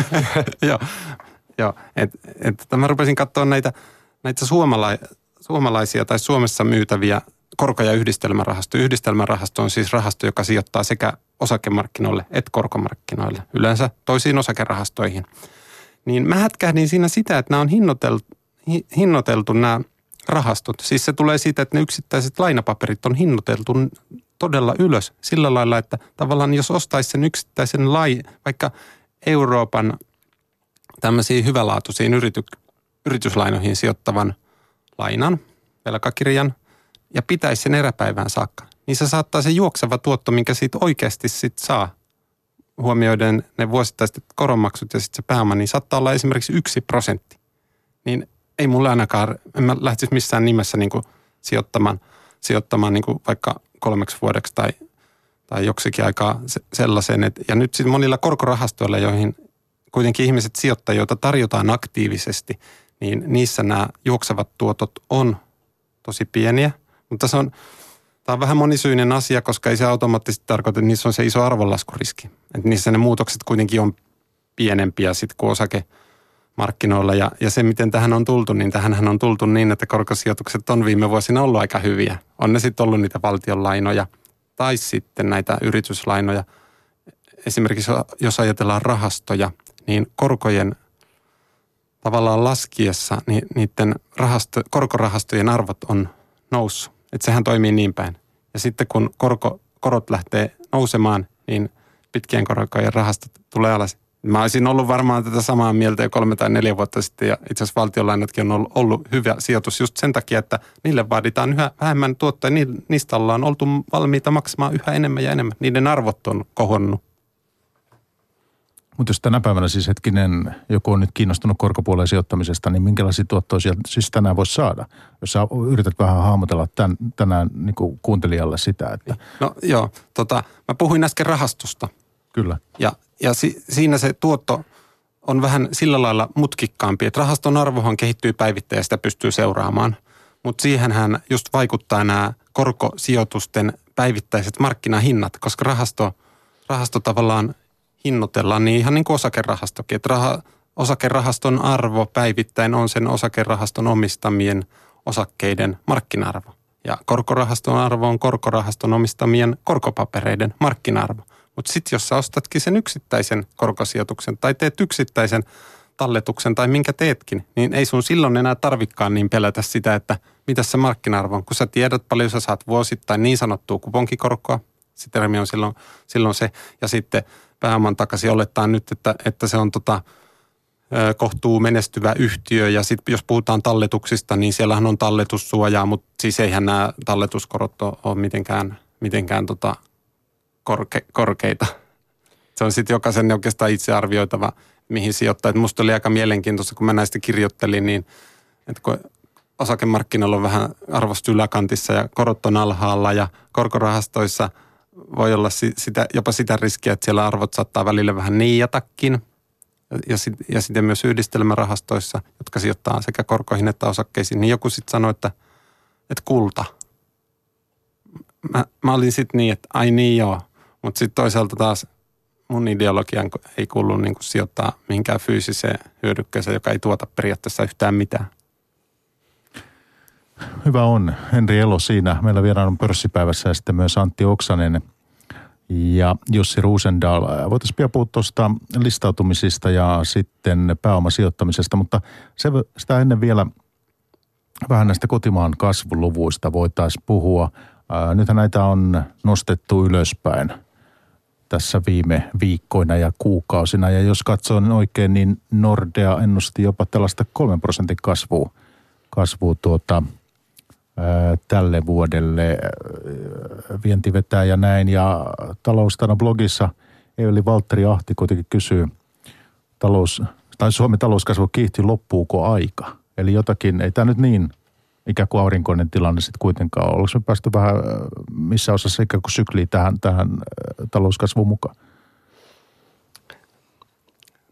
Joo, jo, että et, mä rupesin katsoa näitä, näitä suomala- suomalaisia tai Suomessa myytäviä korko- ja yhdistelmärahasto. Yhdistelmärahasto on siis rahasto, joka sijoittaa sekä osakemarkkinoille että korkomarkkinoille, yleensä toisiin osakerahastoihin. Niin mä hätkähdin siinä sitä, että nämä on hinnoiteltu, hinnoiteltu nämä rahastot. Siis se tulee siitä, että ne yksittäiset lainapaperit on hinnoiteltu todella ylös sillä lailla, että tavallaan jos ostaisi sen yksittäisen lai, vaikka Euroopan tämmöisiin hyvälaatuisiin yrity, yrityslainoihin sijoittavan lainan, velkakirjan, ja pitäisi sen eräpäivään saakka, niin se saattaa se juokseva tuotto, minkä siitä oikeasti sit saa, huomioiden ne vuosittaiset koronmaksut ja sitten se pääoma, niin saattaa olla esimerkiksi yksi prosentti. Niin ei mulle ainakaan, en mä lähtisi missään nimessä niin kuin sijoittamaan, sijoittamaan niin kuin vaikka kolmeksi vuodeksi tai, tai joksikin aikaa sellaisen. Et, ja nyt sitten monilla korkorahastoilla, joihin kuitenkin ihmiset sijoittaa, joita tarjotaan aktiivisesti, niin niissä nämä juoksevat tuotot on tosi pieniä. Mutta se on, tämä on vähän monisyinen asia, koska ei se automaattisesti tarkoita, että niissä on se iso arvonlaskuriski. Että niissä ne muutokset kuitenkin on pienempiä sitten kuin osakemarkkinoilla. Ja, ja se, miten tähän on tultu, niin tähänhän on tultu niin, että korkosijoitukset on viime vuosina ollut aika hyviä. On ne sitten ollut niitä valtionlainoja tai sitten näitä yrityslainoja. Esimerkiksi jos ajatellaan rahastoja, niin korkojen tavallaan laskiessa niin niiden rahasto, korkorahastojen arvot on noussut. Että sehän toimii niin päin. Ja sitten kun korko, korot lähtee nousemaan, niin pitkien korkojen rahastot tulee alas. Mä olisin ollut varmaan tätä samaa mieltä jo kolme tai neljä vuotta sitten, ja itse asiassa valtionlainatkin on ollut, ollut hyvä sijoitus just sen takia, että niille vaaditaan yhä vähemmän tuottoja. Niistä ollaan oltu valmiita maksamaan yhä enemmän ja enemmän. Niiden arvot on kohonnut. Mutta jos tänä päivänä siis hetkinen, joku on nyt kiinnostunut korkopuoleen sijoittamisesta, niin minkälaisia tuottoja siis tänään voisi saada? Jos sä yrität vähän hahmotella tän, tänään niin kuin kuuntelijalle sitä, että... No joo, tota, mä puhuin äsken rahastosta. Kyllä. Ja, ja si, siinä se tuotto on vähän sillä lailla mutkikkaampi, että rahaston arvohan kehittyy päivittäin ja sitä pystyy seuraamaan. Mutta siihenhän just vaikuttaa nämä korkosijoitusten päivittäiset markkinahinnat, koska rahasto, rahasto tavallaan hinnoitellaan niin ihan niin kuin osakerahastokin, että raha, osakerahaston arvo päivittäin on sen osakerahaston omistamien osakkeiden markkina-arvo. Ja korkorahaston arvo on korkorahaston omistamien korkopapereiden markkina-arvo. Mutta sitten jos sä ostatkin sen yksittäisen korkosijoituksen tai teet yksittäisen talletuksen tai minkä teetkin, niin ei sun silloin enää tarvikaan niin pelätä sitä, että mitä se markkina-arvo on. Kun sä tiedät paljon sä saat vuosittain niin sanottua kuponkikorkoa, se termi on silloin, silloin se, ja sitten pääoman takaisin oletaan nyt, että, että se on tota, kohtuu menestyvä yhtiö, ja sitten jos puhutaan talletuksista, niin siellähän on talletussuojaa, mutta siis eihän nämä talletuskorot ole mitenkään, mitenkään tota korke, korkeita. Se on sitten jokaisen oikeastaan itse arvioitava, mihin sijoittaa. Et musta oli aika mielenkiintoista, kun mä näistä kirjoittelin, niin että kun osakemarkkinoilla on vähän arvosta yläkantissa ja korot on alhaalla ja korkorahastoissa voi olla sitä, jopa sitä riskiä, että siellä arvot saattaa välillä vähän niijatakin. Ja, sit, ja sitten myös yhdistelmärahastoissa, jotka sijoittaa sekä korkoihin että osakkeisiin, niin joku sitten sanoi, että, että kulta. Mä, mä olin sitten niin, että ai niin joo, mutta sitten toisaalta taas mun ideologian ei kuulu niin kuin sijoittaa mihinkään fyysiseen hyödykkeeseen, joka ei tuota periaatteessa yhtään mitään. Hyvä on. Henri Elo siinä. Meillä vieraan on pörssipäivässä ja sitten myös Antti Oksanen ja Jussi Roosendahl. Voitaisiin pian puhua tuosta listautumisista ja sitten pääomasijoittamisesta, mutta se, sitä ennen vielä vähän näistä kotimaan kasvuluvuista voitaisiin puhua. Ää, nythän näitä on nostettu ylöspäin tässä viime viikkoina ja kuukausina. Ja jos katsoo oikein, niin Nordea ennusti jopa tällaista kolmen prosentin kasvua, kasvua tuota, ää, tälle vuodelle. Vienti vetää ja näin. Ja Taloustana blogissa Eeli Valtteri Ahti kuitenkin kysyy, talous, tai Suomen talouskasvu kiihtyy, loppuuko aika? Eli jotakin, ei tämä nyt niin ikään kuin aurinkoinen tilanne sitten kuitenkaan ole. Ollaanko me päästy vähän missä osassa ikään kuin sykliä tähän, tähän talouskasvuun mukaan?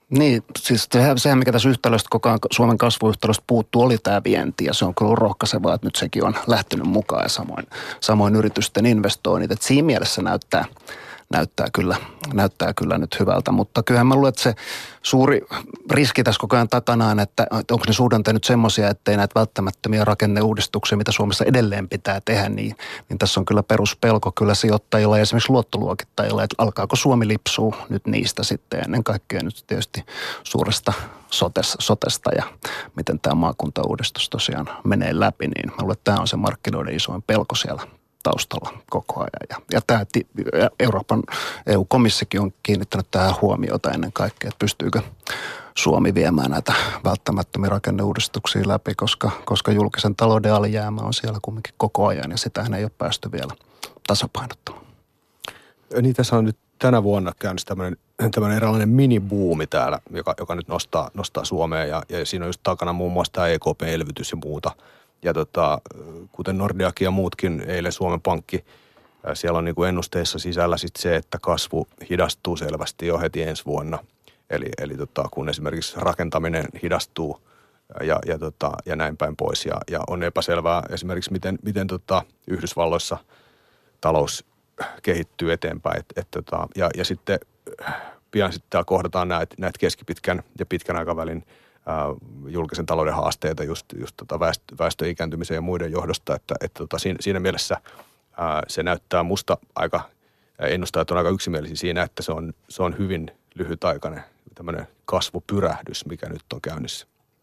Niin, siis sehän mikä tässä yhtälöstä koko ajan Suomen kasvuyhtälöstä puuttuu oli tämä vienti ja se on kyllä rohkaisevaa, että nyt sekin on lähtenyt mukaan ja samoin, samoin yritysten investoinnit. Että siinä mielessä näyttää, näyttää, kyllä, näyttää kyllä nyt hyvältä, mutta kyllähän mä luulen, että se suuri riski tässä koko ajan takana on, että onko ne suhdanteet nyt semmoisia, ettei näitä välttämättömiä rakenneuudistuksia, mitä Suomessa edelleen pitää tehdä, niin, niin tässä on kyllä peruspelko kyllä sijoittajilla ja esimerkiksi luottoluokittajilla, että alkaako Suomi lipsua nyt niistä sitten ennen kaikkea nyt tietysti suuresta sotesta, sotesta ja miten tämä maakuntauudistus tosiaan menee läpi, niin mä luulen, että tämä on se markkinoiden isoin pelko siellä taustalla koko ajan. Ja, ja tämä ja Euroopan E U-komissikin on kiinnittänyt tähän huomiota ennen kaikkea, että pystyykö Suomi viemään näitä välttämättömiä rakenneuudistuksia läpi, koska, koska julkisen talouden alijäämä on siellä kumminkin koko ajan ja sitähän ei ole päästy vielä tasapainottamaan. Niin tässä on nyt tänä vuonna käynnissä tämmöinen, tämmöinen eräänlainen minibuumi täällä, joka, joka nyt nostaa, nostaa Suomeen ja, ja siinä on just takana muun muassa tämä E K P-elvytys ja muuta. Ja tota, kuten Nordeakin ja muutkin, eilen Suomen Pankki, siellä on niin kuin ennusteissa sisällä sit se, että kasvu hidastuu selvästi jo heti ensi vuonna. Eli, eli tota, kun esimerkiksi rakentaminen hidastuu ja, ja, tota, ja näin päin pois. Ja, ja on epäselvää esimerkiksi, miten, miten tota Yhdysvalloissa talous kehittyy eteenpäin. Et, et, tota, ja, ja sitten pian sitten täällä kohdataan näitä, näitä keskipitkän ja pitkän aikavälin julkisen talouden haasteita just, just tota väestö, väestön ikääntymisen ja muiden johdosta, että, että tota siinä, siinä mielessä ää, se näyttää musta aika, ennustajat on aika yksimielisiä siinä, että se on, se on hyvin lyhytaikainen tämmöinen kasvupyrähdys, mikä nyt on käynnissä.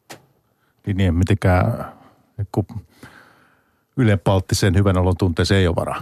Niin, niin mitenkään, kun ylenpalttisen hyvän olon tunteeseen ei ole varaa.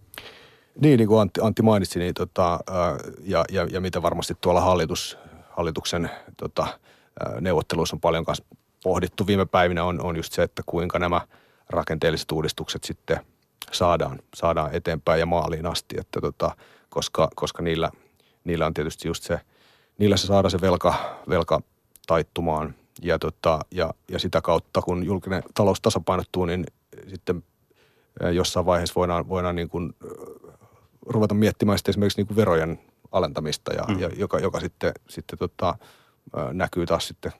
Niin, niin kuin Antti, Antti mainitsi, niin tota, ja, ja, ja mitä varmasti tuolla hallitus, hallituksen tota, neuvotteluissa on paljon kanssa pohdittu viime päivinä on, on just se, että kuinka nämä rakenteelliset uudistukset sitten saadaan, saadaan eteenpäin ja maaliin asti, että tota, koska, koska niillä, niillä on tietysti just se, niillä se saadaan se velka, velka taittumaan ja, tota, ja, ja sitä kautta, kun julkinen talous tasapainottuu, niin sitten jossain vaiheessa voidaan, voidaan niin kuin ruveta miettimään sitten esimerkiksi niin kuin verojen alentamista, ja, mm. ja joka, joka sitten, sitten tota, näkyy taas sitten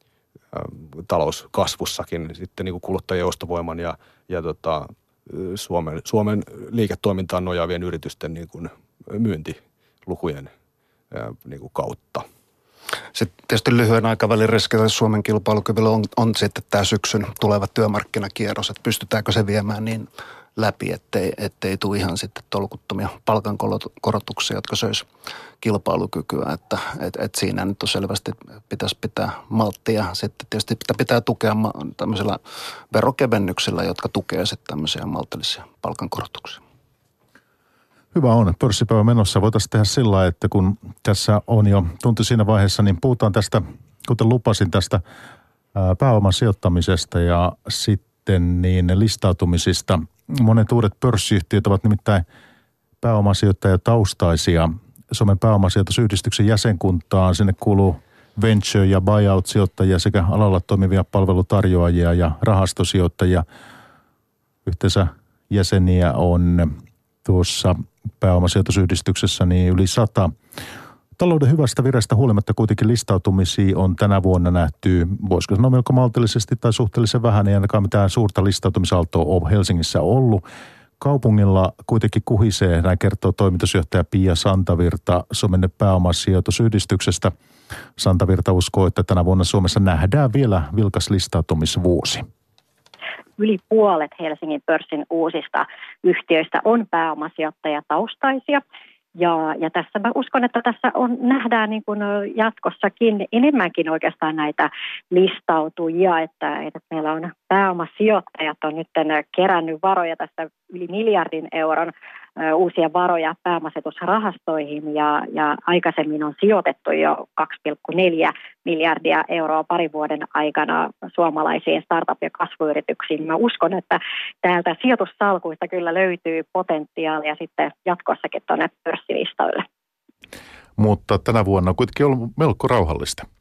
talouskasvussakin sitten niin kuin kuluttajien ostovoiman ja, ja tota, Suomen, Suomen liiketoimintaan nojaavien yritysten niin kuin myyntilukujen niin kuin kautta. Sitten tietysti lyhyen aikavälin riski Suomen kilpailukyvyllä on, on sitten tämä syksyn tuleva työmarkkinakierros, että pystytäänkö se viemään niin läpi, ettei, ettei tule ihan sitten tolkuttomia palkankorotuksia, jotka söis kilpailukykyä, että et, et siinä nyt on selvästi pitäisi pitää malttia. Sitten tietysti pitää tukea tämmöisillä verokevennyksillä, jotka tukee sitten tämmöisiä maltillisia palkankorotuksia. Hyvä on. Pörssipäivä menossa. Voitaisiin tehdä sillä lailla, että kun tässä on jo tunti siinä vaiheessa, niin puhutaan tästä, kuten lupasin, tästä pääoman sijoittamisesta ja sitten niin listautumisista. Monet uudet pörssiyhtiöt ovat nimittäin pääomasijoittajataustaisia. Suomen pääomasijoitusyhdistyksen jäsenkuntaan sinne kuuluu venture- ja buyout-sijoittajia sekä alalla toimivia palvelutarjoajia ja rahastosijoittajia. Yhteensä jäseniä on tuossa pääomasijoitusyhdistyksessä niin yli sata. Talouden hyvästä virestä huolimatta kuitenkin listautumisia on tänä vuonna nähty, voisiko sanoa melko maltillisesti tai suhteellisen vähän, ei ainakaan mitään suurta listautumisaltoa ole Helsingissä ollut. Kaupungilla kuitenkin kuhisee, näin kertoo toimitusjohtaja Pia Santavirta Suomen pääomasijoitusyhdistyksestä. Santavirta uskoo, että tänä vuonna Suomessa nähdään vielä vilkas listautumisvuosi. Yli puolet Helsingin pörssin uusista yhtiöistä on pääomasijoittajataustaisia. Ja, ja tässä mä uskon, että tässä on, nähdään niin kuin jatkossakin enemmänkin oikeastaan näitä listautujia, että, että meillä on pääomasijoittajat on nyt kerännyt varoja tästä yli miljardin euron uusia varoja pääomasijoitusrahastoihin ja, ja aikaisemmin on sijoitettu jo kaksi pilkku neljä miljardia euroa parin vuoden aikana suomalaisiin startup- ja kasvuyrityksiin. Mä uskon, että täältä sijoitussalkuista kyllä löytyy potentiaalia sitten jatkossakin tuonne pörssilistoille. Mutta tänä vuonna on kuitenkin ollut melko rauhallista.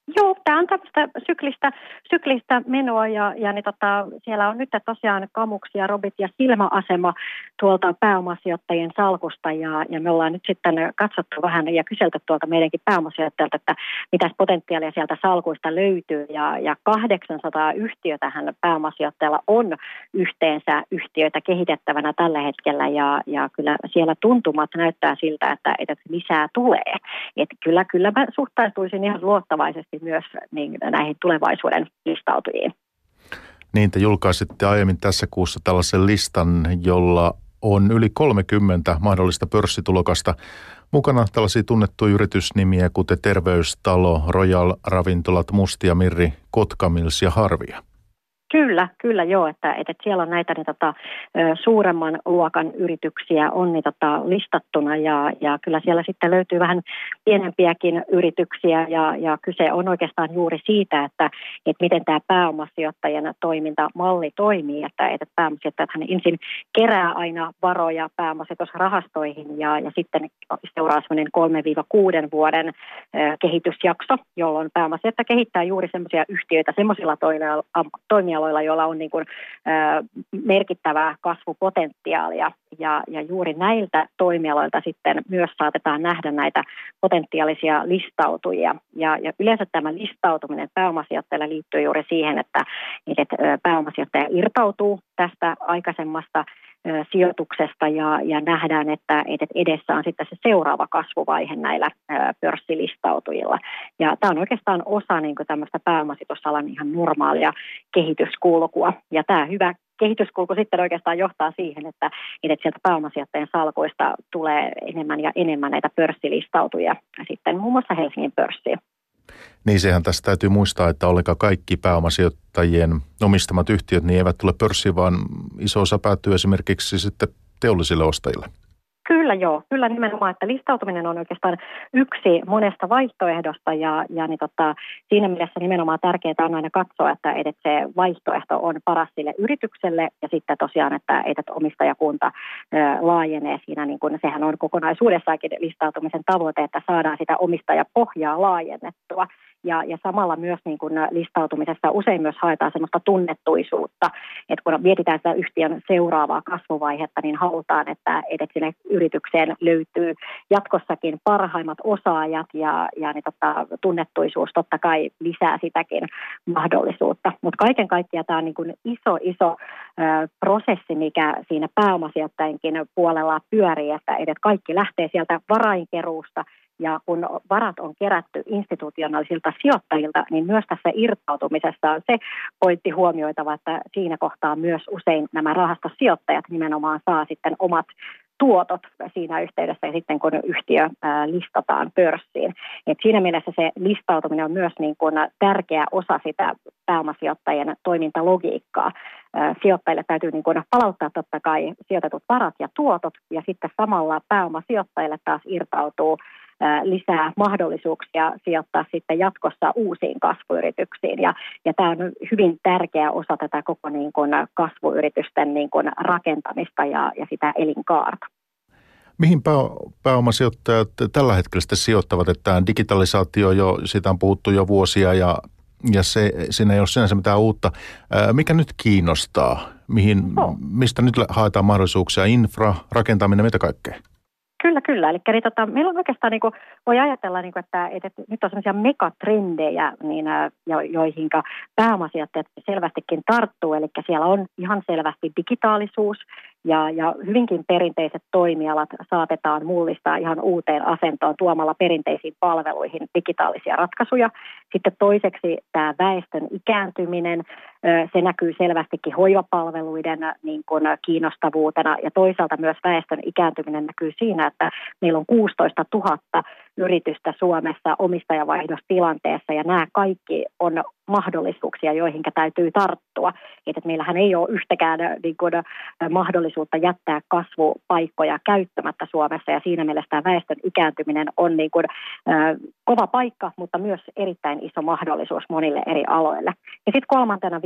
Joo, tämä on tämmöistä syklistä, syklistä menoa ja, ja niin tota, siellä on nyt tosiaan Kamuksia, Robit ja Silmäasema tuolta pääomasijoittajien salkusta ja, ja me ollaan nyt sitten katsottu vähän ja kyselty tuolta meidänkin pääomasijoittajalta, että mitäs potentiaalia sieltä salkuista löytyy ja, ja kahdeksansataa yhtiötähän pääomasijoittajalla on yhteensä yhtiöitä kehitettävänä tällä hetkellä ja, ja kyllä siellä tuntumat näyttää siltä, että, että lisää tulee. Et kyllä, kyllä mä suhtautuisin ihan luottavaisesti myös niin näihin tulevaisuuden listautujiin. Niin, te julkaisitte aiemmin tässä kuussa tällaisen listan, jolla on yli kolmekymmentä mahdollista pörssitulokasta. Mukana tällaisia tunnettuja yritysnimiä, kuten Terveystalo, Royal Ravintolat, Musti ja Mirri, Kotka Mills ja Harvia. Kyllä, kyllä joo, että, että siellä on näitä niin, tota, suuremman luokan yrityksiä on niin, tota, listattuna ja, ja kyllä siellä sitten löytyy vähän pienempiäkin yrityksiä ja, ja kyse on oikeastaan juuri siitä, että, että miten tämä pääomasijoittajien toimintamalli toimii, että, että pääomasijoittajathan ensin kerää aina varoja pääomasijoitusrahastoihin ja, ja sitten seuraa semmoinen kolme kuuden vuoden kehitysjakso, jolloin pääomasijoittaja kehittää juuri semmoisia yhtiöitä semmoisilla toimialoilla, joilla on niin kuin, ä, merkittävää kasvupotentiaalia ja, ja juuri näiltä toimialoilta sitten myös saatetaan nähdä näitä potentiaalisia listautujia ja, ja yleensä tämä listautuminen pääomasijoittajille liittyy juuri siihen, että, että pääomasijoittaja irtautuu tästä aikaisemmasta sijoituksesta ja, ja nähdään, että, että edessä on sitten se seuraava kasvuvaihe näillä pörssilistautujilla. Ja tämä on oikeastaan osa niin kuin tämmöistä pääomasijoitusalan ihan normaalia kehityskulkua. Ja tämä hyvä kehityskulku sitten oikeastaan johtaa siihen, että, että sieltä pääomasijoittajien salkoista tulee enemmän ja enemmän näitä pörssilistautujia sitten muun muassa Helsingin pörssiin. Niin sehän tässä täytyy muistaa, että ollenkaan kaikki pääomasijoittajien omistamat yhtiöt niin eivät tule pörssiin, vaan iso osa päätyy esimerkiksi sitten teollisille ostajille. Kyllä joo, kyllä nimenomaan, että listautuminen on oikeastaan yksi monesta vaihtoehdosta ja, ja niin tota, siinä mielessä nimenomaan tärkeää on aina katsoa, että, että se vaihtoehto on paras sille yritykselle ja sitten tosiaan, että, että omistajakunta ää, laajenee siinä, niin kuin sehän on kokonaisuudessaankin listautumisen tavoite, että saadaan sitä omistajapohjaa laajennettua. Ja, ja samalla myös niin kuin listautumisessa usein myös haetaan sellaista tunnettuisuutta, että kun mietitään sitä yhtiön seuraavaa kasvuvaihetta, niin halutaan, että, että sinne yritykseen löytyy jatkossakin parhaimmat osaajat ja, ja niin tota, tunnettuisuus totta kai lisää sitäkin mahdollisuutta. Mutta kaiken kaikkiaan tämä on niin kuin iso, iso ö, prosessi, mikä siinä pääomasijoittajienkin puolella pyörii, että, että kaikki lähtee sieltä varainkeruusta. Ja kun varat on kerätty institutionaalisilta sijoittajilta, niin myös tässä irtautumisessa on se pointti huomioitava, että siinä kohtaa myös usein nämä rahastosijoittajat nimenomaan saa sitten omat tuotot siinä yhteydessä ja sitten kun yhtiö ää, listataan pörssiin. Et siinä mielessä se listautuminen on myös niin kuin tärkeä osa sitä pääomasijoittajien toimintalogiikkaa. Ää, sijoittajille täytyy niin kuin palauttaa totta kai sijoitetut varat ja tuotot ja sitten samalla pääomasijoittajille taas irtautuu lisää mahdollisuuksia sijoittaa sitten jatkossa uusiin kasvuyrityksiin. Ja, ja tämä on hyvin tärkeä osa tätä koko niin kuin kasvuyritysten niin kuin rakentamista ja, ja sitä elinkaarta. Mihin pääomasijoittajat tällä hetkellä sitten sijoittavat, että digitalisaatio jo, siitä on puhuttu jo vuosia ja, ja se, siinä ei ole sinänsä mitään uutta. Mikä nyt kiinnostaa? Mihin, oh. Mistä nyt haetaan mahdollisuuksia? Infra, rakentaminen, mitä kaikkea? Kyllä, kyllä. Eli niin, tota, meillä on oikeastaan, niin kuin, voi ajatella, niin kuin, että, että nyt on sellaisia megatrendejä, niin, jo, joihin pääomasijoittajat selvästikin tarttuu. Eli siellä on ihan selvästi digitaalisuus ja, ja hyvinkin perinteiset toimialat saatetaan mullistaa ihan uuteen asentoon tuomalla perinteisiin palveluihin digitaalisia ratkaisuja. Sitten toiseksi tämä väestön ikääntyminen, se näkyy selvästikin hoivapalveluiden niin kuin kiinnostavuutena ja toisaalta myös väestön ikääntyminen näkyy siinä, että meillä on kuusitoistatuhatta yritystä Suomessa omistajavaihdostilanteessa ja nämä kaikki on mahdollisuuksia, joihin täytyy tarttua. Että meillähän ei ole yhtäkään niin kuin, mahdollisuutta jättää kasvupaikkoja käyttämättä Suomessa ja siinä mielessä tämä väestön ikääntyminen on niin kuin, äh, kova paikka, mutta myös erittäin iso mahdollisuus monille eri aloille. Ja sitten kolmantena vielä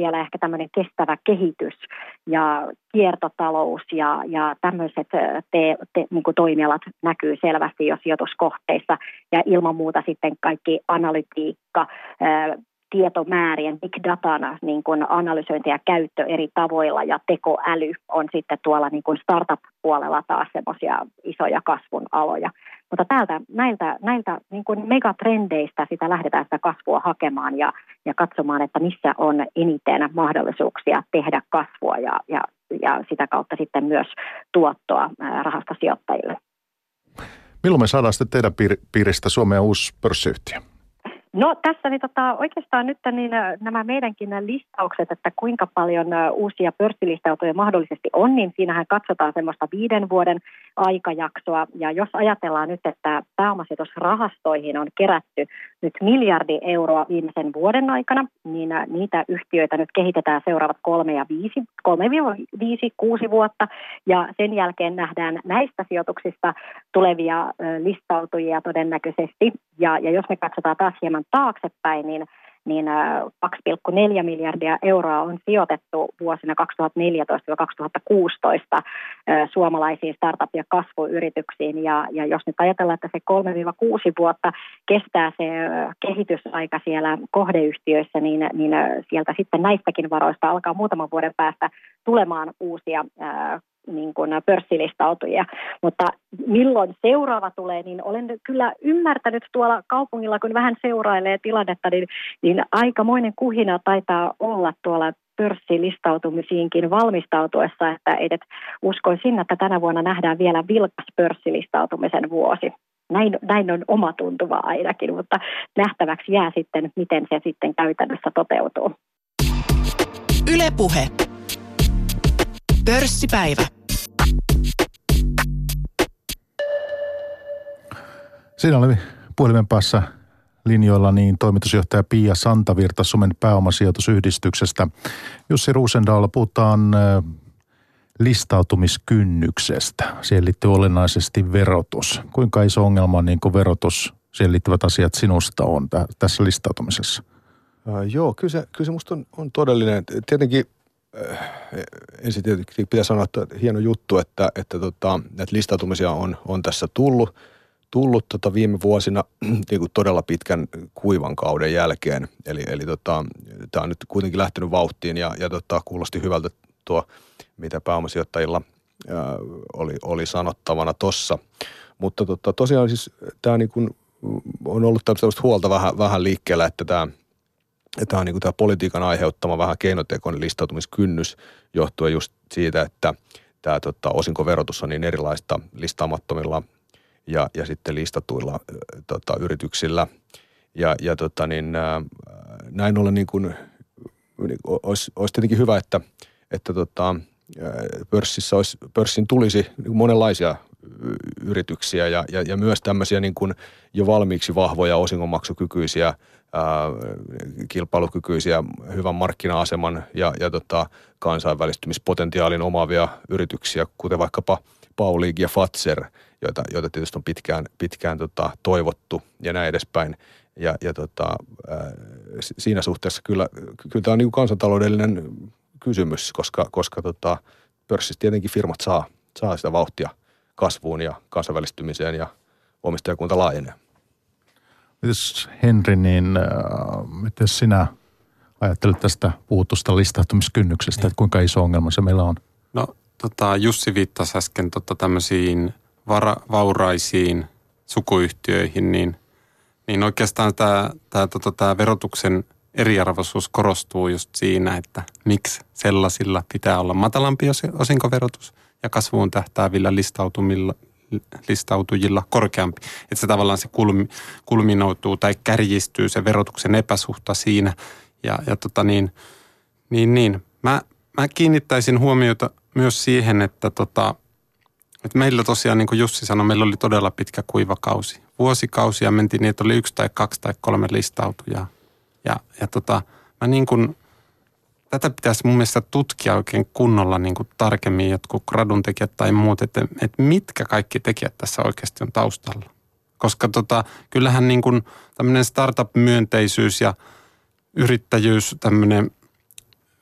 vielä ehkä tämmöinen kestävä kehitys ja kiertotalous ja, ja tämmöiset te, te, niin kuin toimialat näkyy selvästi jo sijoituskohteissa ja ilman muuta sitten kaikki analytiikka, ää, tietomäärien, big datan niin kuin analysointi ja käyttö eri tavoilla ja tekoäly on sitten tuolla niin kuin startup-puolella taas semmoisia isoja kasvun aloja. Mutta täältä, näiltä, näiltä niin kuin megatrendeistä sitä lähdetään sitä kasvua hakemaan ja, ja katsomaan, että missä on eniten mahdollisuuksia tehdä kasvua ja, ja, ja sitä kautta sitten myös tuottoa rahastosijoittajille. Milloin me saadaan sitten teidän piiristä Suomen uusi pörssiyhtiö? No tässä niin tota, oikeastaan nyt niin, nämä meidänkin listaukset, että kuinka paljon uusia pörssilistautuja mahdollisesti on, niin siinähän katsotaan semmoista viiden vuoden aikajaksoa. Ja jos ajatellaan nyt, että pääomasijoitusrahastoihin on kerätty nyt miljardi euroa viimeisen vuoden aikana, niin niitä yhtiöitä nyt kehitetään seuraavat kolme ja viisi, kolme, viisi, kuusi vuotta. Ja sen jälkeen nähdään näistä sijoituksista tulevia listautujia todennäköisesti. Ja, ja jos me katsotaan taas hieman taaksepäin, niin, niin kaksi pilkku neljä miljardia euroa on sijoitettu vuosina kaksituhattaneljätoista kaksituhattakuusitoista suomalaisiin startup- ja kasvuyrityksiin. Ja, ja jos nyt ajatellaan, että se kolme kuusi vuotta kestää se kehitysaika siellä kohdeyhtiöissä, niin, niin sieltä sitten näistäkin varoista alkaa muutaman vuoden päästä tulemaan uusia niin kuin pörssilistautujia, mutta milloin seuraava tulee, niin olen kyllä ymmärtänyt tuolla kaupungilla, kun vähän seurailee tilannetta, niin, niin aikamoinen kuhina taitaa olla tuolla pörssilistautumisiinkin valmistautuessa, että edet uskoisin, että tänä vuonna nähdään vielä vilkas pörssilistautumisen vuosi. Näin, näin on oma tuntuva ainakin, mutta nähtäväksi jää sitten, miten se sitten käytännössä toteutuu. Yle Puhe. Pörssipäivä. Siinä oli puhelimen päässä linjoilla niin toimitusjohtaja Pia Santavirta Suomen pääomasijoitusyhdistyksestä. Jussi Roosendahl, puhutaan listautumiskynnyksestä. Siihen liittyy olennaisesti verotus. Kuinka iso ongelma niin kuin verotus, siihen liittyvät asiat sinusta on t- tässä listautumisessa? Uh, joo, kyllä se, kyllä se musta on, on todellinen. Tietenkin äh, ensin tietenkin pitää sanoa, että hieno juttu, että, että tota, näitä listautumisia on, on tässä tullut. tullut tota viime vuosina niin kuin todella pitkän kuivan kauden jälkeen. Eli, eli tota, tämä on nyt kuitenkin lähtenyt vauhtiin ja, ja tota, kuulosti hyvältä tuo, mitä pääomasijoittajilla ää, oli, oli sanottavana tossa. Mutta tota, tosiaan siis tämä niin kuin on ollut tämmöistä huolta vähän, vähän liikkeellä, että tämä tämä on niin kuin tämä politiikan aiheuttama vähän keinotekoinen listautumiskynnys johtuen just siitä, että tämä tota, osinkoverotus on niin erilaista listaamattomilla ja, ja sitten listatuilla tota, yrityksillä. Ja, ja tota, niin, ää, näin ollen niin kuin, niin, olisi, olisi tietenkin hyvä, että, että tota, pörssissä olisi, pörssin tulisi niin monenlaisia yrityksiä ja, ja, ja myös tämmöisiä niin kuin jo valmiiksi vahvoja osingonmaksukykyisiä, ää, kilpailukykyisiä, hyvän markkina-aseman ja, ja tota, kansainvälistymispotentiaalin omaavia yrityksiä, kuten vaikkapa Paulig ja Fazer, joita, joita tietysti on pitkään, pitkään tota, toivottu ja näin edespäin. Ja, ja tota, ää, siinä suhteessa kyllä, kyllä tämä on niin kuin kansantaloudellinen kysymys, koska, koska tota, pörssissä tietenkin firmat saa, saa sitä vauhtia kasvuun ja kansainvälistymiseen ja omistajakunta laajenee. Mites Henri, niin äh, miten sinä ajattelet tästä puhutusta listautumiskynnyksestä, niin. Että kuinka iso ongelma se meillä on? No tota, Jussi viittasi äsken tota, tämmöisiin vara, vauraisiin sukuyhtiöihin, niin, niin oikeastaan tämä, tämä, tota, tämä verotuksen eriarvoisuus korostuu just siinä, että miksi sellaisilla pitää olla matalampi osinkoverotus ja kasvuun tähtäävillä listautumilla, listautujilla korkeampi. Että se tavallaan se kulmi, kulminoituu tai kärjistyy se verotuksen epäsuhta siinä. Ja, ja tota niin, niin, niin. Mä, mä kiinnittäisin huomiota myös siihen, että, tota, että meillä tosiaan, niin kuin Jussi sanoi, meillä oli todella pitkä kuivakausi. Vuosikausia mentiin niin, että oli yksi tai kaksi tai kolme listautujaa. Ja, ja tota, mä niin kuin, tätä pitäisi mun mielestä tutkia oikein kunnolla niin kuin tarkemmin jotkut graduntekijät tai muut, että, että mitkä kaikki tekijät tässä oikeasti on taustalla. Koska tota, kyllähän niin kuin tämmöinen startup-myönteisyys ja yrittäjyys, tämmöinen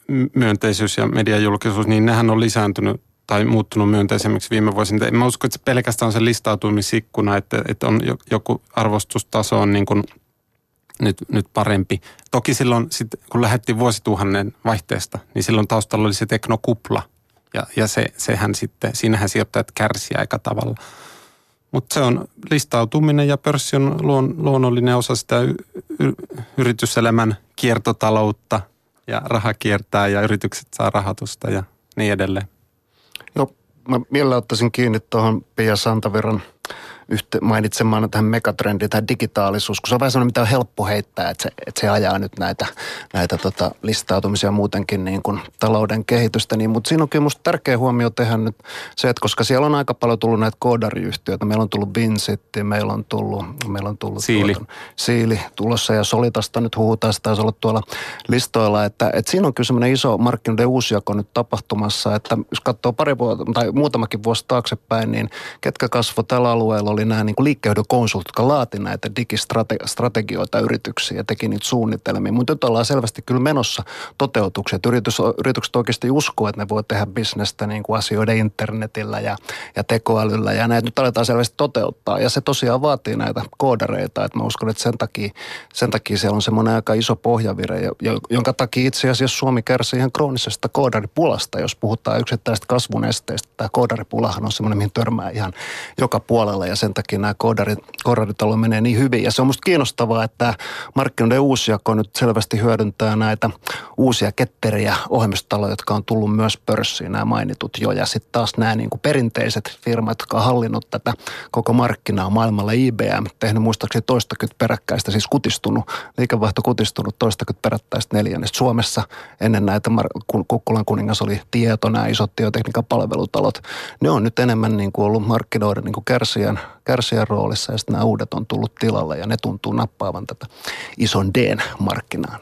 myönteisyys ja mediajulkisuus, niin nehän on lisääntynyt tai muuttunut myönteisemmiksi viime vuosina. En mä usko, että se pelkästään on se listautumisikkuna, että, että on joku arvostustaso on niin kuin nyt, nyt parempi. Toki silloin, sit, kun lähdettiin vuosituhannen vaihteesta, niin silloin taustalla oli se teknokupla. Ja, ja se, sehän sitten, siinähän sijoittajat kärsii aika tavalla. Mutta se on listautuminen ja pörssi on luon, luonnollinen osa sitä y, y, yrityselämän kiertotaloutta ja raha kiertää ja yritykset saa rahoitusta ja niin edelleen. Joo, mä mielellä ottaisin kiinni tuohon Pia Santavirran yhte, mainitsemaan tähän megatrendiin, tähän digitaalisuus, kun se on vähän sellainen, mitä on helppo heittää, että se, että se ajaa nyt näitä, näitä tota, listautumisia muutenkin niin kuin talouden kehitystä. Niin, mutta siinä on kyllä musta tärkeä huomio tehdä nyt se, että koska siellä on aika paljon tullut näitä koodariyhtiöitä, meillä on tullut Vincitti, meillä on tullut, meillä on tullut Siili. Tuota, Siili tulossa ja Solitasta nyt huhutaan, se taisi olla tuolla listoilla, että, että siinä on kyllä semmoinen iso markkinoiden uusjako nyt tapahtumassa, että jos katsoo pari vuotta tai muutamakin vuosi taaksepäin, niin ketkä kasvoi tällä alueella oli nämä niin kuin liikkeenjohdon konsultit, jotka laati näitä digistrategioita yrityksiä ja teki niitä suunnitelmia. Mutta nyt ollaan selvästi kyllä menossa toteutukset. Yritys, yritykset oikeasti uskoo, että ne voi tehdä bisnestä niin kuin asioiden internetillä ja, ja tekoälyllä. Ja näitä nyt aletaan selvästi toteuttaa. Ja se tosiaan vaatii näitä koodareita. Että mä uskon, että sen takia, sen takia siellä on semmoinen aika iso pohjavire, jonka takia itse asiassa Suomi kärsii ihan kroonisesta koodaripulasta, jos puhutaan yksittäistä kasvun esteistä. Tämä koodaripulahan on semmoinen, mihin törmää ihan joka puolella ja sen takia nämä koodarit, koodaritalo menee niin hyvin. Ja se on musta kiinnostavaa, että markkinoiden uusjako nyt selvästi hyödyntää näitä uusia ketteriä ohjelmistotaloja, jotka on tullut myös pörssiin, nämä mainitut jo. Ja sitten taas nämä niin kuin perinteiset firmat, jotka on hallinnut tätä koko markkinaa maailmalla, I B M, tehnyt muistaakseni toistakymmentä peräkkäistä, siis kutistunut, liikevaihto kutistunut toistakymmentä peräkkäistä neljännestä. Suomessa ennen näitä, Kukkulan kuningas oli Tieto, nämä isot tietotekniikan palvelutalot, ne on nyt enemmän niin kuin ollut markkinoiden niin kuin kärsijän, kärsijän roolissa ja sitten nämä uudet on tullut tilalle ja ne tuntuu nappaavan tätä ison D:n markkinaa.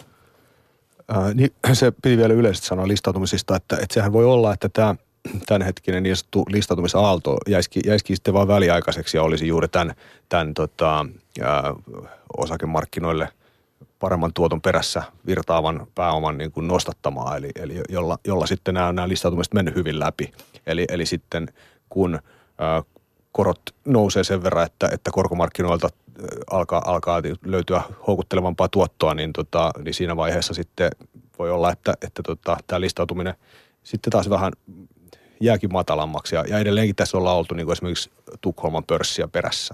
Ää, niin se piti vielä yleisesti sanoa listautumisista, että, että sehän voi olla, että tämä tämänhetkinen niin sanottu listautumisaalto jäisikin, jäisikin sitten vain väliaikaiseksi ja olisi juuri tämän, tämän tota, ää, osakemarkkinoille paremman tuoton perässä virtaavan pääoman niin kuin nostattamaan, eli, eli jolla, jolla sitten nämä, nämä listautumiset mennyt hyvin läpi. Eli, eli sitten kun ää, korot nousee sen verran, että, että korkomarkkinoilta alkaa, alkaa löytyä houkuttelevampaa tuottoa, niin, tota, niin siinä vaiheessa sitten voi olla, että, että tota, tämä listautuminen sitten taas vähän jääkin matalammaksi. Ja, ja edelleenkin tässä ollaan oltu niin kuin esimerkiksi Tukholman pörssiä perässä.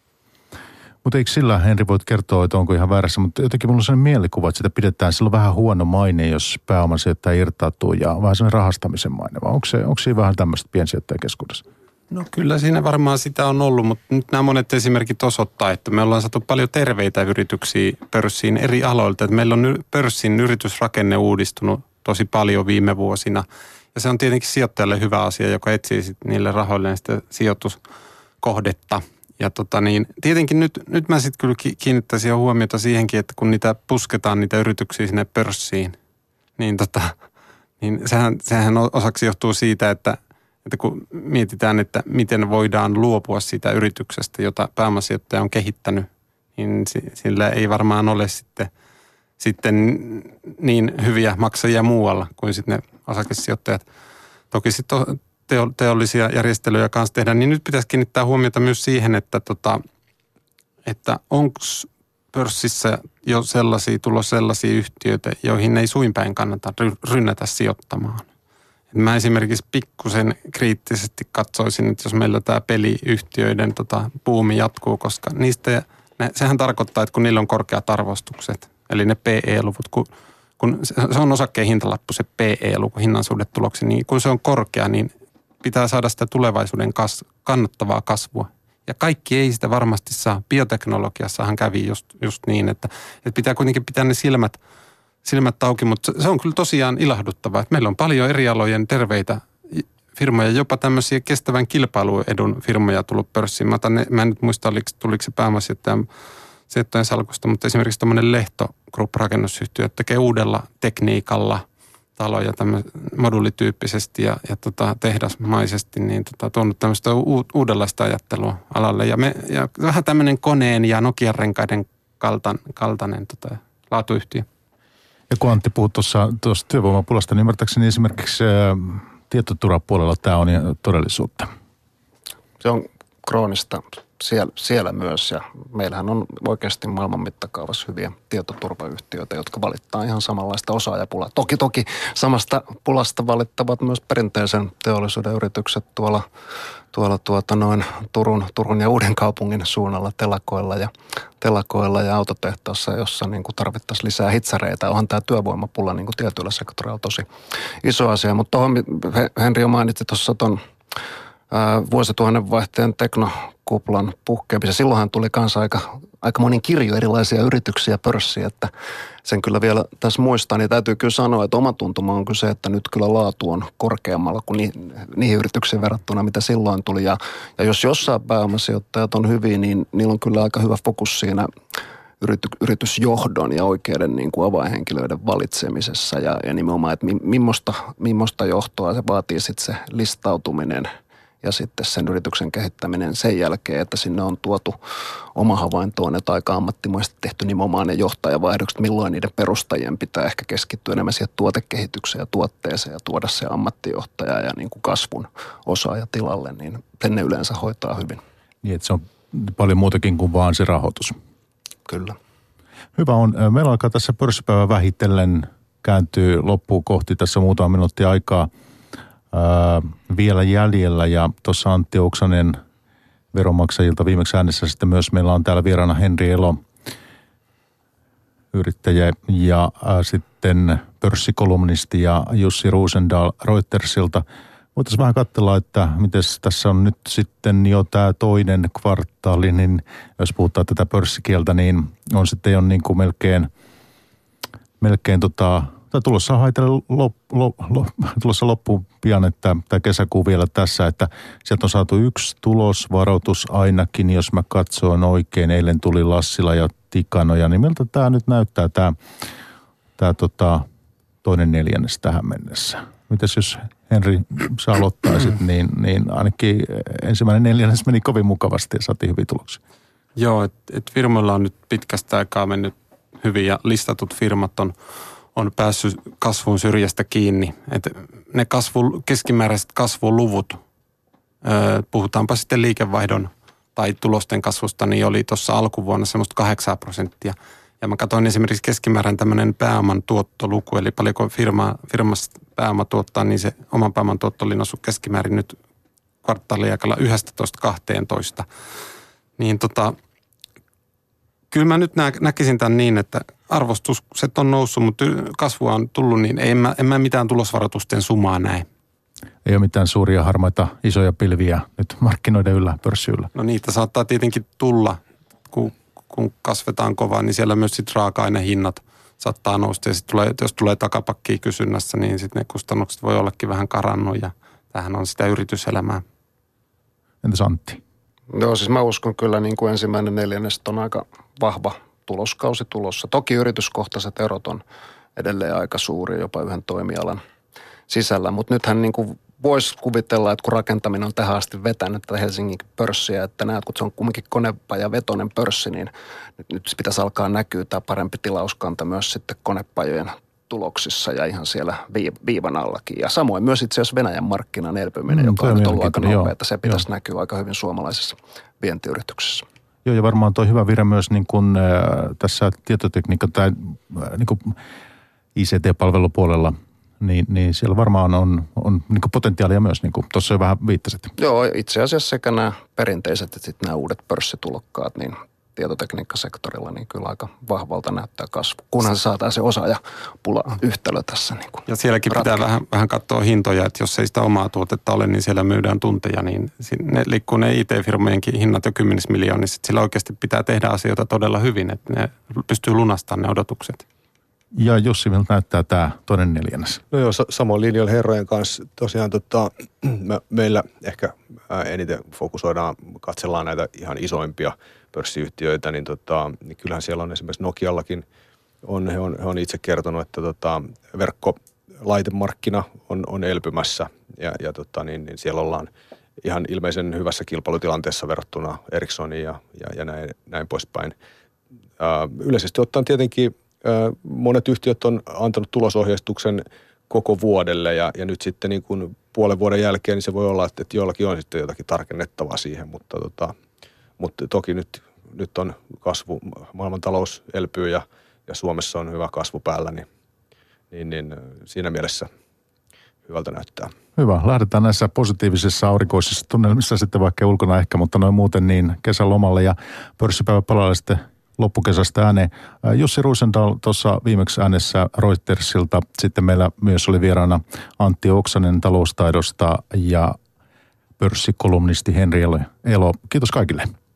Mutta eikö sillä, Henri, voit kertoa, että onko ihan väärässä, mutta jotenkin mulla on sellainen mielikuva, että sitä pidetään silloin vähän huono maine, jos pääoman sijoittaja irtautuu ja vähän sellainen rahastamisen maine, vai onko, se, onko siinä vähän tämmöistä piensijoittajan keskuudessa? No kyllä siinä varmaan sitä on ollut, mutta nyt nämä monet esimerkit osoittaa, että me ollaan saatu paljon terveitä yrityksiä pörssiin eri aloilta. Että meillä on pörssin yritysrakenne uudistunut tosi paljon viime vuosina ja se on tietenkin sijoittajalle hyvä asia, joka etsii sitten niille rahoille sitä sijoituskohdetta. Ja tota niin, tietenkin nyt, nyt mä sitten kyllä kiinnittäisin jo huomiota siihenkin, että kun niitä pusketaan niitä yrityksiä sinne pörssiin, niin, tota, niin sehän, sehän osaksi johtuu siitä, että, että kun mietitään, että miten voidaan luopua siitä yrityksestä, jota pääomasijoittaja on kehittänyt, niin sillä ei varmaan ole sitten, sitten niin hyviä maksajia muualla kuin sitten ne osakesijoittajat. Toki sitten teollisia järjestelyjä kanssa tehdään, niin nyt pitäisi kiinnittää huomiota myös siihen, että, tota, että onko pörssissä jo sellaisia, tulossa sellaisia yhtiöitä, joihin ei suinpäin kannata rynnätä sijoittamaan. Et mä esimerkiksi pikkusen kriittisesti katsoisin, että jos meillä tämä peliyhtiöiden tota, buumi jatkuu, koska niistä, ne, sehän tarkoittaa, että kun niillä on korkeat arvostukset, eli ne P E-luvut, kun, kun se on osakkeen hintalappu, se P E-luku, hinnan suhde tuloksi, niin kun se on korkea, niin pitää saada sitä tulevaisuuden kas, kannattavaa kasvua. Ja kaikki ei sitä varmasti saa. Bioteknologiassahan kävi just, just niin, että, että pitää kuitenkin pitää ne silmät, silmät auki, mutta se on kyllä tosiaan ilahduttavaa, että meillä on paljon eri alojen terveitä firmoja, jopa tämmöisiä kestävän kilpailuedun firmoja tullut pörssiin. Mä, otan ne, mä en nyt muista, oliko, tuliko se pääomasijoittajan sijoittajan salkusta, mutta esimerkiksi tämmöinen Lehto Group -rakennusyhtiö tekee uudella tekniikalla taloja moduulityyppisesti ja, ja tota, tehdasmaisesti, niin tota, tuonut tämmöistä u, uudenlaista ajattelua alalle. Ja, me, ja vähän tämmöinen koneen ja Nokian renkaiden kaltan, kaltainen tota, laatuyhtiö. Ja kun Antti puhui tuossa, tuossa työvoimapulasta, niin ymmärtääkseni esimerkiksi ää, tietoturvapuolella tämä on todellisuutta. Se on kroonista siellä, siellä myös ja meillähän on oikeasti maailman mittakaavassa hyviä tietoturvayhtiöitä, jotka valittaa ihan samanlaista osaajapulaa. Toki toki samasta pulasta valittavat myös perinteisen teollisuuden yritykset tuolla, tuolla tuota noin Turun, Turun ja Uudenkaupungin suunnalla telakoilla ja, telakoilla ja autotehtaassa, jossa niin kuin tarvittaisiin lisää hitsareita. Onhan tämä työvoimapula niin kuin tietyillä sektoreilla tosi iso asia, mutta tuohon Henri jo mainitsi tuossa ton vuosituhannen vaihteen teknokuplan puhkeamisen. Silloinhan tuli kanssa aika, aika monin kirjo erilaisia yrityksiä pörssiin, että sen kyllä vielä tässä muistaa, niin täytyy kyllä sanoa, että oma tuntuma on kyllä se, että nyt kyllä laatu on korkeammalla kuin ni, niihin yrityksiin verrattuna, mitä silloin tuli. Ja, ja jos jossain pääomasijoittajat on hyviä, niin niillä on kyllä aika hyvä fokus siinä yrity, yritysjohdon ja oikeiden niin kuin avainhenkilöiden valitsemisessa ja, ja nimenomaan, että millaista, millaista johtoa se vaatii sitten se listautuminen ja sitten sen yrityksen kehittäminen sen jälkeen, että sinne on tuotu oma havaintoon, että aika ammattimaisesti tehty nimenomaan ne johtajavaihdokset, milloin niiden perustajien pitää ehkä keskittyä enemmän siihen tuotekehitykseen ja tuotteeseen ja tuoda se ammattijohtaja ja niin kuin kasvun osaaja tilalle, niin sen ne yleensä hoitaa hyvin. Niin, että se on paljon muutakin kuin vaan se rahoitus. Kyllä. Hyvä on. Meillä alkaa tässä pörssipäivä vähitellen kääntyy loppuun kohti. Tässä muutama minuutti aikaa ää, vielä jäljellä. Ja tuossa Antti Oksanen veronmaksajilta viimeksi äänessä sitten myös meillä on täällä vieraana Henri Elo, yrittäjä ja ää, sitten pörssikolumnisti ja Jussi Roosendahl Reutersilta. Voitaisiin vähän katsella, että miten tässä on nyt sitten jo tämä toinen kvartaali, niin jos puhutaan tätä pörssikieltä, niin on sitten jo niin kuin melkein, melkein tota, tai tulossa haitelle lop, lop, lop, tulossa loppuun pian, että tämä kesäkuu vielä tässä, että sieltä on saatu yksi tulosvaroitus ainakin, jos mä katsoin oikein, eilen tuli Lassila ja Tikanoja, niin miltä tämä nyt näyttää, tämä, tämä tota, toinen neljännes tähän mennessä? Mitäs jos Henri sä aloittaisit, niin, niin ainakin ensimmäinen neljännes meni kovin mukavasti ja saatiin hyviä tuloksia. Joo, että et firmoilla on nyt pitkästä aikaa mennyt hyvin ja listatut firmat on, on päässyt kasvun syrjästä kiinni. Et ne kasvu, keskimääräiset kasvuluvut, ö, puhutaanpa sitten liikevaihdon tai tulosten kasvusta, niin oli tuossa alkuvuonna semmoista kahdeksan prosenttia. Ja mä katsoin esimerkiksi keskimääräinen tämmöinen pääoman tuottoluku, eli paljonko firma, firmasta pääoma tuottaa, niin se oman pääoman tuotto oli noussut keskimäärin nyt kvartaaliaikalla yksitoista kaksitoista. Niin tota, kyllä mä nyt nä- näkisin tämän niin, että arvostukset on noussut, mutta kasvua on tullut, niin en mä, en mä mitään tulosvaroitusten sumaa näe. Ei ole mitään suuria harmaita isoja pilviä nyt markkinoiden yllä, pörssiyllä. No niitä saattaa tietenkin tulla, kun kun kasvetaan kovaa, niin siellä myös sitten raaka-ainehinnat saattaa nousta. Ja sitten tulee, jos tulee takapakkia kysynnässä, niin sitten ne kustannukset voi ollakin vähän karannut ja tämähän on sitä yrityselämää. Entäs Antti? Joo, siis mä uskon kyllä niin kuin ensimmäinen neljännes on aika vahva tuloskausi tulossa. Toki yrityskohtaiset erot on edelleen aika suuri jopa yhden toimialan sisällä, mutta nythän niin kuin voisi kuvitella, että kun rakentaminen on tähän asti vetänyt tätä Helsingin pörssiä, että näet, kun se on kumminkin konepajavetoinen pörssi, niin nyt, nyt pitäisi alkaa näkyä tämä parempi tilauskanta myös sitten konepajojen tuloksissa ja ihan siellä viivan allakin. Ja samoin myös itse asiassa Venäjän markkinan elpyminen, mm, joka on nyt ollut aika nopea, että se pitäisi joo. näkyä aika hyvin suomalaisessa vientiyrityksessä. Joo, ja varmaan tuo hyvä vire myös niin kuin, äh, tässä tietotekniikka tai äh, niin kuin I C T-palvelupuolella, Niin, niin siellä varmaan on, on niin kuin potentiaalia myös, niin kuin tuossa jo vähän viittasit. Joo, itse asiassa sekä nämä perinteiset että sitten nämä uudet pörssitulokkaat, niin tietotekniikkasektorilla niin kyllä aika vahvalta näyttää kasvu. Kunhan se saadaan se osaaja-pula yhtälö tässä. Niin kuin ja sielläkin ratke. pitää vähän, vähän katsoa hintoja, että jos ei sitä omaa tuotetta ole, niin siellä myydään tunteja, niin ne liikkuu ne I T-firmojenkin hinnat jo kymmenis miljoonissa. Niin sillä oikeasti pitää tehdä asioita todella hyvin, että ne pystyy lunastamaan ne odotukset. Ja Jussi, miltä näyttää tämä toinen neljännes? No joo, samoin linjoilla herrojen kanssa. Tosiaan tota, me, meillä ehkä eniten fokusoidaan, katsellaan näitä ihan isoimpia pörssiyhtiöitä, niin, tota, niin kyllähän siellä on esimerkiksi Nokiallakin, on, he, on, he on itse kertonut, että tota, verkkolaitemarkkina on, on elpymässä ja, ja tota, niin, niin siellä ollaan ihan ilmeisen hyvässä kilpailutilanteessa verrattuna Ericssoniin ja, ja, ja näin, näin poispäin. Ää, yleisesti ottaen tietenkin monet yhtiöt on antanut tulosohjeistuksen koko vuodelle ja, ja nyt sitten niin kuin puolen vuoden jälkeen niin se voi olla, että, että jollakin on sitten jotakin tarkennettavaa siihen, mutta, tota, mutta toki nyt, nyt on kasvu, maailmantalous elpyy ja, ja Suomessa on hyvä kasvu päällä, niin, niin, niin siinä mielessä hyvältä näyttää. Hyvä. Lähdetään näissä positiivisissa aurinkoisissa tunnelmissa sitten vaikka ulkona ehkä, mutta noin muuten niin kesälomalle ja pörssipäivä palaa sitten loppukesästä ääneen. Jussi Ruisendahl tuossa viimeksi äänessä Reutersilta. Sitten meillä myös oli vieraana Antti Oksanen taloustaidosta ja pörssikolumnisti Henri Elo. Kiitos kaikille.